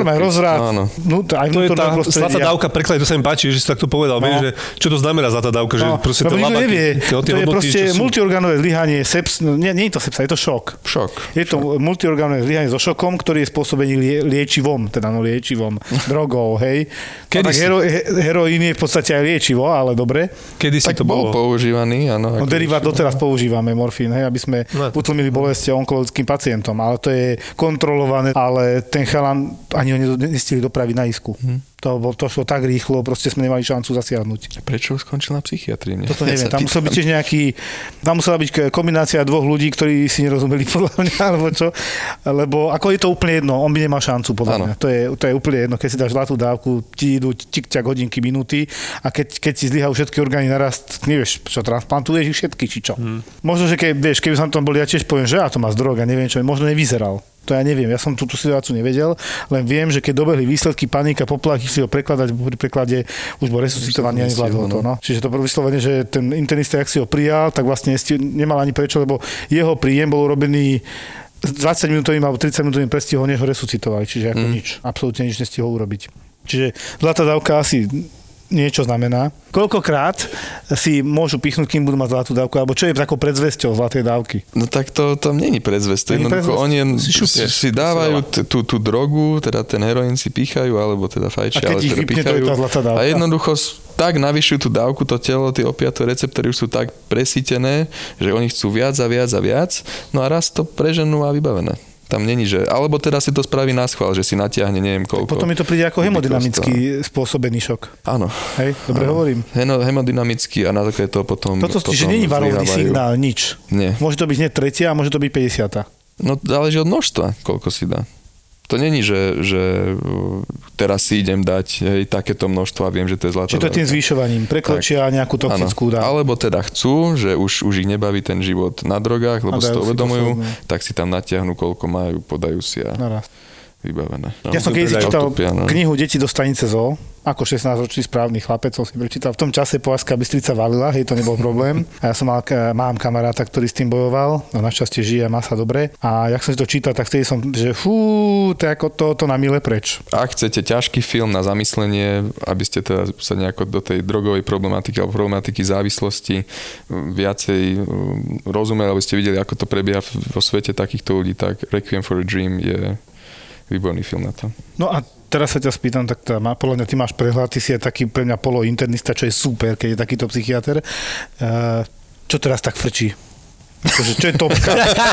akurát, Áno. no, to aj To je tá vnútorné prostredie. zlatá dávka preklad, to sa mi páči, že si takto povedal, No. vieš, že čo to znamená zlatá dávka, že No, proste lebo tie nikto labaky, nevie, tie- tie to je hodnoty, proste čo sú- multiorgánové zlyhanie, seps, no, nie, nie je to sepsa, je to šok. Šok. Je to multiorgánové zlyhanie so šokom, ktorý je spôsobený lie, liečivom, teda no liečivom, drogou, hej. Kedy tak si- hero, he, heroín je v podstate aj liečivo, ale dobre. Kedy si Tak to bol bolo? používaný, áno. No ako derivát liečivo. doteraz používame, morfín, hej, aby sme No. utlmili bolesti onkologickým pacientom, ale to je kontrolované, ale ten chalan ani ho nedo- nestihli dopraviť na isku. Hm. To, bol, to šlo tak rýchlo, proste sme nemali šancu zasiahnuť. Prečo skončil na psychiatrii? Ne? Toto Ja neviem, sa tam musel byť pýtam. tiež nejaký, tam musela byť kombinácia dvoch ľudí, ktorí si nerozumeli podľa mňa, alebo čo, lebo ako je to úplne jedno, on by nemal šancu podľa Áno. mňa, to je, to je úplne jedno, keď si dáš zlatú dávku, ti idú tik-ťak hodinky, minúty a keď, keď ti zlyhajú všetky orgány naraz, nevieš, čo transplantuješ ich všetky, či čo. Hmm. Možno, že keď, vieš, keby som tam bol, ja tiež poviem, že ja to má z drog a neviem čo, možno nevyzeral. To ja neviem, ja som túto situáciu nevedel, len viem, že keď dobehli výsledky, panika, poplach, išli ho prekladať, pri preklade už bol resuscitovaný a nezvládol to. No. Čiže to vyslovene, že ten internista, ak si ho prijal, tak vlastne nesti- nemal ani prečo, lebo jeho príjem bol urobený s dvadsaťminútovým alebo tridsaťminútovým prestihom, než ho resuscitovali, čiže ako mm. nič, absolútne nič nestihol urobiť. Čiže zlatá dávka asi niečo znamená. Koľkokrát si môžu pichnúť, kým budú mať zlatú dávku, alebo čo je takou predzvesťou zlatej dávky? No tak to tam není predzvesť. To Není jednoducho predzvesť. oni jen Si si, šupneš. si dávajú t- tú, tú drogu, teda ten heroín si pýchajú, alebo teda fajčia, A keď ale ich teda vypne, to je pýchajú. tá zlatá dávka. A jednoducho s- tak navyšujú tú dávku, to telo, tie opiatové receptory už sú tak presítené, že oni chcú viac a viac a viac, no a raz to preženú a vybavené. Tam není, že... Alebo teraz si to spraví na schvál, že si natiahne neviem koľko. Potom mi to príde ako hemodynamický spôsobený šok. Áno. Hej, dobre Áno. hovorím. Heno, hemodynamický a na základe toho potom... Toto, potom čiže není varovný zlyhávajú. signál, nič. Nie. Môže to byť hneď tretia a môže to byť päťdesiata. No záleží od množstva, koľko si dá. To není, že, že uh, teraz si idem dať hej, takéto množstvo a viem, že to je zlatá Čiže to je tým dávka. zvýšovaním. Prekročia nejakú toxickú Áno. dávku. Alebo teda chcú, že už, už ich nebaví ten život na drogách, lebo A si dajú to si uvedomujú, posledné. tak si tam natiahnu, koľko majú, podajú si a Naraz. vybavené. No, Ja som keď si predajú čítal utopia, no. knihu Deti do stanice zoo, ako šestnásťročný správny chlapec som si prečítal. V tom čase Považská Bystrica valila, hej, to nebol problém. A ja som mal, mám kamaráta, ktorý s tým bojoval, no našťastie žije a má sa dobre. A jak som si to čítal, tak vtedy som, že fú, to je ako to, to na mile preč. Ak chcete ťažký film na zamyslenie, aby ste teda sa nejako do tej drogovej problematiky alebo problematiky závislosti viacej rozumeli, aby ste videli, ako to prebieha vo svete takýchto ľudí, tak Requiem for a Dream je výborný film na to. No a teraz sa ťa spýtam, tak tá, má, podľa mňa ty máš prehľad, ty si aj taký pre mňa polointernista, čo je super, keď je takýto psychiatr. Uh, čo teraz tak frčí? Akože, čo je topka?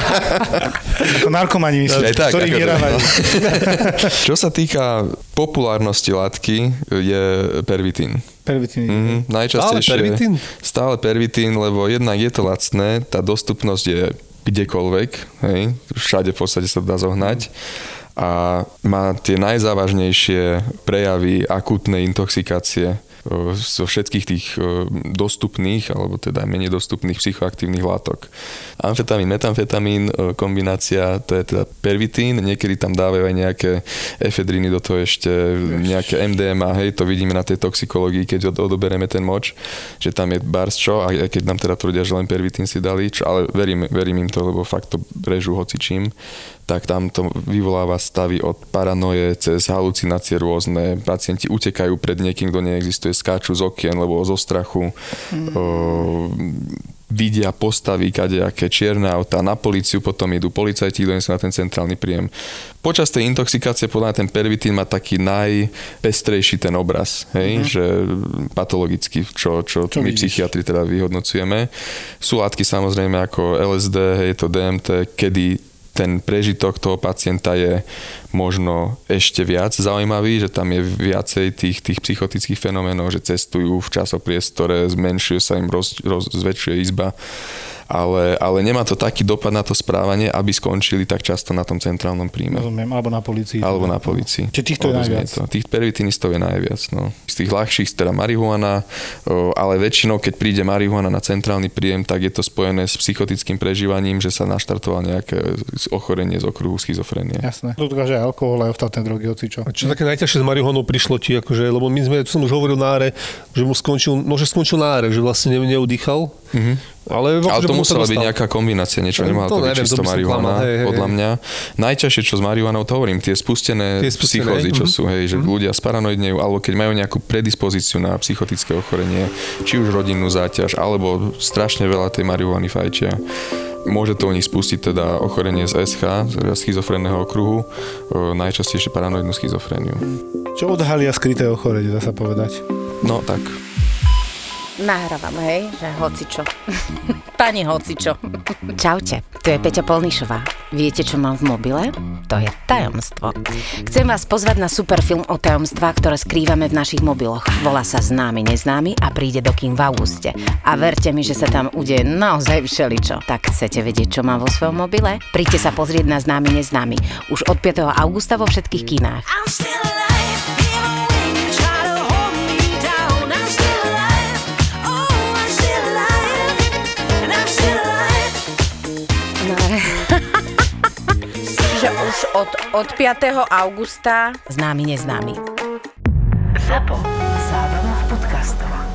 Ako narkomani myslíš, Aj tak, ktorí akože, vyrábajú. Čo sa týka populárnosti látky, je pervitín. Pervitín. Mm-hmm, najčastejšie. Stále pervitín? Stále pervitín, lebo jednak je to lacné, tá dostupnosť je kdekoľvek, hej, všade v podstate sa dá zohnať a má tie najzávažnejšie prejavy akútnej intoxikácie zo všetkých tých dostupných, alebo teda menej dostupných psychoaktívnych látok. Amfetamín, metamfetamín, kombinácia, to je teda pervitín, niekedy tam dávajú aj nejaké efedriny do toho ešte, nejaké em dé em á, hej, to vidíme na tej toxikológii, keď odoberieme ten moč, že tam je bars čo, a keď nám teda tvrdia, že len pervitín si dali, čo, ale verím, verím im to, lebo fakt to režú hocičím, tak tam to vyvoláva stavy od paranoje cez halucinácie rôzne. Pacienti utekajú pred niekým, kto neexistuje, skáču z okien, lebo zo strachu mm. o, vidia postavy, kadejaké čierne autá, na políciu potom idú policajti, idú sa na ten centrálny príjem. Počas tej intoxikácie podľa mňa ten pervitín má taký najpestrejší ten obraz, hej, mm. že patologicky, čo, čo, čo my vidíš? Psychiatri teda vyhodnocujeme. Sú látky samozrejme ako el es dé, hej, to dé em té, kedy ten prežitok toho pacienta je možno ešte viac zaujímavý, že tam je viacej tých, tých psychotických fenoménov, že cestujú v časopriestore, zmenšuje sa im, roz, roz, zväčšuje izba, ale, ale nemá to taký dopad na to správanie, aby skončili tak často na tom centrálnom príjme. Rozumiem, alebo na polícii. Alebo na polícii. Čiže týchto je najviac. To. Tých pervitinistov je najviac. No. Z tých ľahších teda marihuana, ale väčšinou, keď príde marihuana na centrálny príjem, tak je to spojené s psychotickým prežívaním, že sa naštartoval nejaké ochorenie z okruhu schizofrénie. Jasné. To dokáže aj alkohol, aj ostatné drogy, hocičo. A čo také najťažšie s marihuanou prišlo ti, akože, lebo my sme, tu som už hovoril na áre, že mu skončil, no že skončil na áre, že vlastne neudýchal. Mm-hmm. Ale, ale to musela byť nejaká kombinácia, niečo nemala to, to byť čisto marihuana, hej, hej, podľa mňa. Najťažšie, čo s marihuanou, to hovorím, tie spustené, tie spustené psychózy, čo mm-hmm. sú, hej, že mm-hmm. ľudia sparanoidnejú, alebo keď majú nejakú predispozíciu na psychotické ochorenie, či už rodinnú záťaž, alebo strašne veľa tej marihuany fajčia. Môže to u nich spustiť teda ochorenie z es há, z schizofrénneho okruhu, najčastejšie paranoidnú schizofréniu. Čo odhalia skryté ochorenie, dá sa povedať? No tak. Nahrávam, hej, že hocičo. Pani hocičo. Čaute, tu je Peťa Polnišová. Viete, čo mám v mobile? To je tajomstvo. Chcem vás pozvať na super film o tajomstvách, ktoré skrývame v našich mobiloch. Volá sa Známy neznámy a príde do kín v auguste. A verte mi, že sa tam udeje naozaj všeličo. Tak chcete vedieť, čo mám vo svojom mobile? Príďte sa pozrieť na Známy neznámy. Už od piateho augusta vo všetkých kinách. Že už od, od piateho augusta Známy neznámy. Zapo. Zábrná v podcastovách.